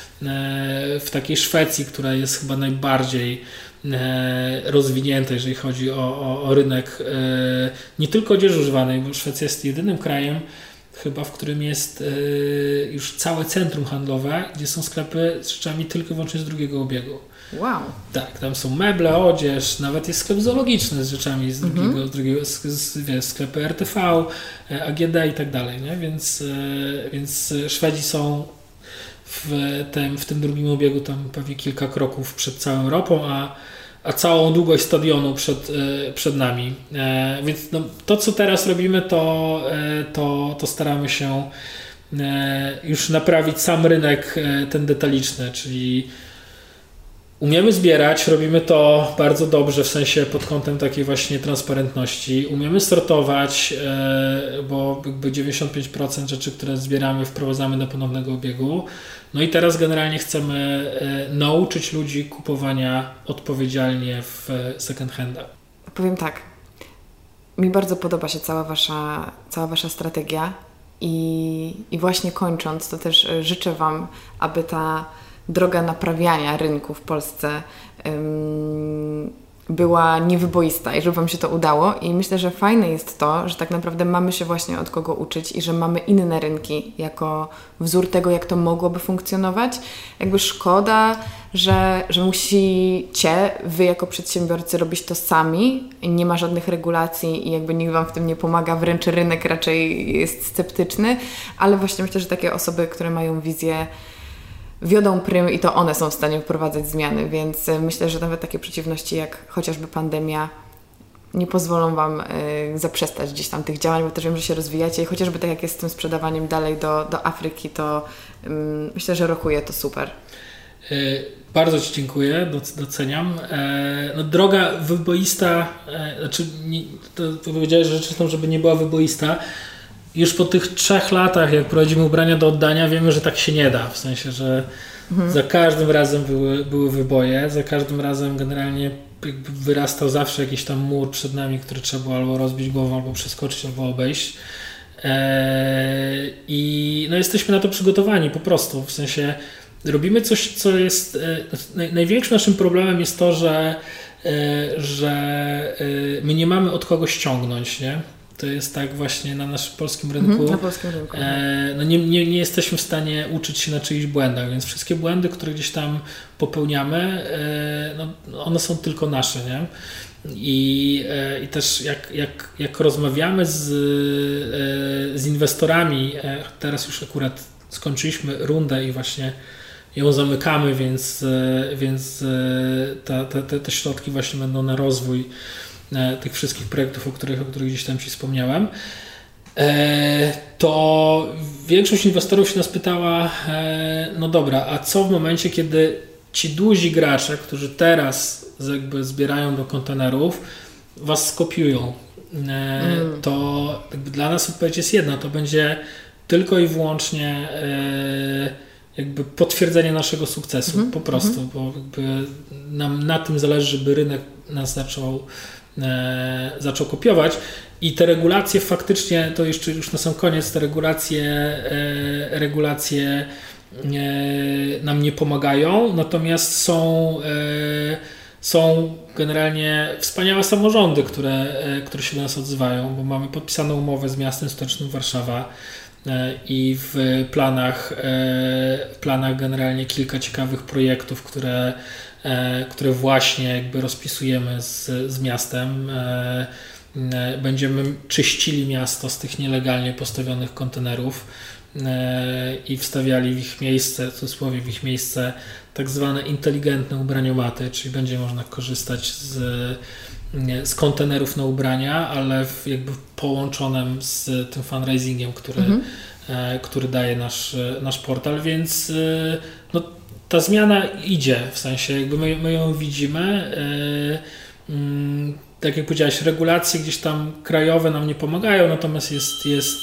W takiej Szwecji, która jest chyba najbardziej rozwinięta, jeżeli chodzi o rynek nie tylko odzieży używanej, bo Szwecja jest jedynym krajem chyba, w którym jest już całe centrum handlowe, gdzie są sklepy z rzeczami tylko i wyłącznie z drugiego obiegu. Wow. Tak, tam są meble, odzież, nawet jest sklep zoologiczny z rzeczami z drugiego sklepy RTV, AGD i tak dalej, nie? Więc Szwedzi są w tym drugim obiegu tam pewnie kilka kroków przed całą Europą, a całą długość stadionu przed nami. Więc to, co teraz robimy, to staramy się już naprawić sam rynek ten detaliczny, czyli umiemy zbierać, robimy to bardzo dobrze, w sensie pod kątem takiej właśnie transparentności. Umiemy sortować, bo jakby 95% rzeczy, które zbieramy, wprowadzamy do ponownego obiegu. No i teraz generalnie chcemy nauczyć ludzi kupowania odpowiedzialnie w second handach. Powiem tak, mi bardzo podoba się cała wasza strategia i właśnie kończąc, to też życzę Wam, aby ta droga naprawiania rynku w Polsce była niewyboista i żeby Wam się to udało. I myślę, że fajne jest to, że tak naprawdę mamy się właśnie od kogo uczyć i że mamy inne rynki jako wzór tego, jak to mogłoby funkcjonować. Jakby szkoda, że musicie Wy jako przedsiębiorcy robić to sami. Nie ma żadnych regulacji i jakby nikt Wam w tym nie pomaga, wręcz rynek raczej jest sceptyczny, ale właśnie myślę, że takie osoby, które mają wizję wiodą prym i to one są w stanie wprowadzać zmiany, więc myślę, że nawet takie przeciwności jak chociażby pandemia nie pozwolą Wam zaprzestać gdzieś tam tych działań, bo też wiem, że się rozwijacie i chociażby tak jak jest z tym sprzedawaniem dalej do Afryki, to myślę, że rokuje to super. Bardzo Ci dziękuję, doceniam. No, droga wyboista, to powiedziałeś, że życzę, żeby nie była wyboista. Już po tych 3 latach, jak prowadzimy ubrania do oddania, wiemy, że tak się nie da. W sensie, że za każdym razem były wyboje, za każdym razem generalnie jakby wyrastał zawsze jakiś tam mur przed nami, który trzeba było albo rozbić głową, albo przeskoczyć, albo obejść. I no, jesteśmy na to przygotowani po prostu. W sensie robimy coś, co jest... Największym naszym problemem jest to, że my nie mamy od kogo ściągnąć, nie? To jest tak właśnie na naszym polskim rynku. Na polskim rynku. No nie jesteśmy w stanie uczyć się na czyichś błędach, więc wszystkie błędy, które gdzieś tam popełniamy, no one są tylko nasze, nie? I też jak rozmawiamy z inwestorami, teraz już akurat skończyliśmy rundę i właśnie ją zamykamy, więc te środki właśnie będą na rozwój tych wszystkich projektów, o których gdzieś tam Ci wspomniałem, to większość inwestorów się nas pytała, no dobra, a co w momencie, kiedy ci duzi gracze, którzy teraz jakby zbierają do kontenerów, Was skopiują? To jakby dla nas odpowiedź jest jedna, to będzie tylko i wyłącznie jakby potwierdzenie naszego sukcesu, po prostu, bo jakby nam na tym zależy, żeby rynek nas zaczął kopiować i te regulacje faktycznie, to jeszcze już na sam koniec, te regulacje nam nie pomagają, natomiast są generalnie wspaniałe samorządy, które się do nas odzywają, bo mamy podpisaną umowę z miastem stołecznym Warszawa i w planach generalnie kilka ciekawych projektów, które właśnie jakby rozpisujemy z miastem. Będziemy czyścili miasto z tych nielegalnie postawionych kontenerów i wstawiali w ich miejsce, w cudzysłowie w ich miejsce, tak zwane inteligentne ubraniomaty, czyli będzie można korzystać z kontenerów na ubrania, ale jakby połączonym z tym fundraisingiem, który daje nasz portal, więc no, ta zmiana idzie, w sensie jakby my ją widzimy. Tak jak powiedziałeś, regulacje gdzieś tam krajowe nam nie pomagają, natomiast jest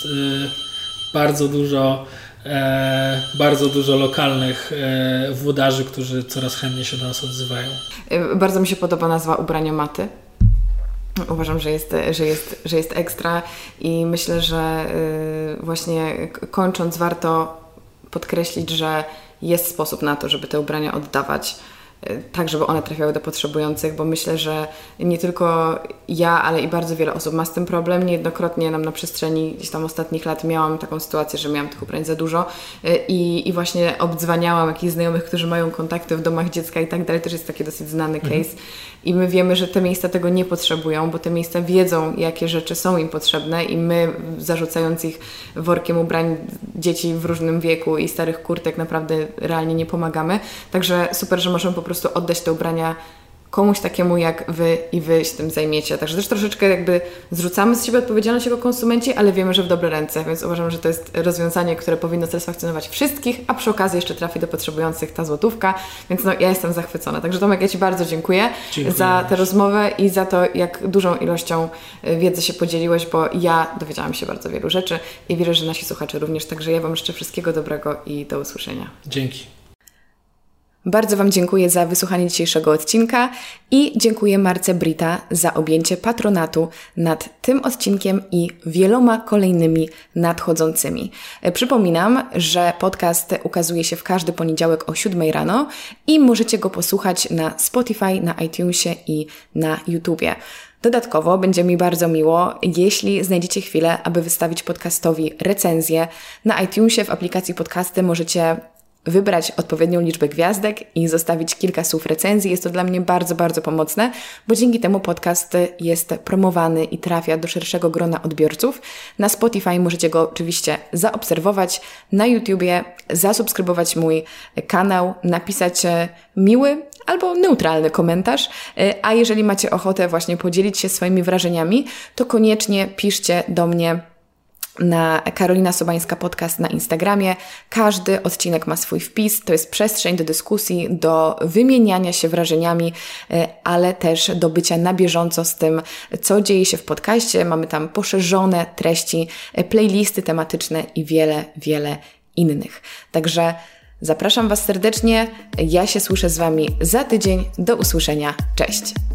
bardzo dużo lokalnych włodarzy, którzy coraz chętniej się do nas odzywają. Bardzo mi się podoba nazwa ubraniomaty. Uważam, że jest ekstra i myślę, że właśnie kończąc warto podkreślić, że jest sposób na to, żeby te ubrania oddawać tak, żeby one trafiały do potrzebujących, bo myślę, że nie tylko ja, ale i bardzo wiele osób ma z tym problem. Niejednokrotnie nam na przestrzeni gdzieś tam ostatnich lat miałam taką sytuację, że miałam tych ubrań za dużo i właśnie obdzwaniałam jakichś znajomych, którzy mają kontakty w domach dziecka i tak dalej. Też jest taki dosyć znany case. I my wiemy, że te miejsca tego nie potrzebują, bo te miejsca wiedzą, jakie rzeczy są im potrzebne i my, zarzucając ich workiem ubrań dzieci w różnym wieku i starych kurtek, naprawdę realnie nie pomagamy. Także super, że możemy po prostu oddać te ubrania komuś takiemu jak Wy i Wy się tym zajmiecie. Także też troszeczkę jakby zrzucamy z siebie odpowiedzialność jako konsumenci, ale wiemy, że w dobre ręce, więc uważam, że to jest rozwiązanie, które powinno satysfakcjonować wszystkich, a przy okazji jeszcze trafi do potrzebujących ta złotówka, więc no, ja jestem zachwycona. Także Tomek, ja Ci bardzo dziękuję za tę rozmowę i za to, jak dużą ilością wiedzy się podzieliłeś, bo ja dowiedziałam się bardzo wielu rzeczy i wierzę, że nasi słuchacze również. Także ja Wam życzę wszystkiego dobrego i do usłyszenia. Dzięki. Bardzo Wam dziękuję za wysłuchanie dzisiejszego odcinka i dziękuję Marce Brita za objęcie patronatu nad tym odcinkiem i wieloma kolejnymi nadchodzącymi. Przypominam, że podcast ukazuje się w każdy poniedziałek o 7 rano i możecie go posłuchać na Spotify, na iTunesie i na YouTubie. Dodatkowo będzie mi bardzo miło, jeśli znajdziecie chwilę, aby wystawić podcastowi recenzję. Na iTunesie w aplikacji podcasty możecie wybrać odpowiednią liczbę gwiazdek i zostawić kilka słów recenzji. Jest to dla mnie bardzo, bardzo pomocne, bo dzięki temu podcast jest promowany i trafia do szerszego grona odbiorców. Na Spotify możecie go oczywiście zaobserwować, na YouTubie zasubskrybować mój kanał, napisać miły albo neutralny komentarz, a jeżeli macie ochotę właśnie podzielić się swoimi wrażeniami, to koniecznie piszcie do mnie na Karolina Sobańska Podcast na Instagramie. Każdy odcinek ma swój wpis, to jest przestrzeń do dyskusji, do wymieniania się wrażeniami, ale też do bycia na bieżąco z tym, co dzieje się w podcaście. Mamy tam poszerzone treści, playlisty tematyczne i wiele, wiele innych. Także zapraszam Was serdecznie. Ja się słyszę z Wami za tydzień. Do usłyszenia. Cześć!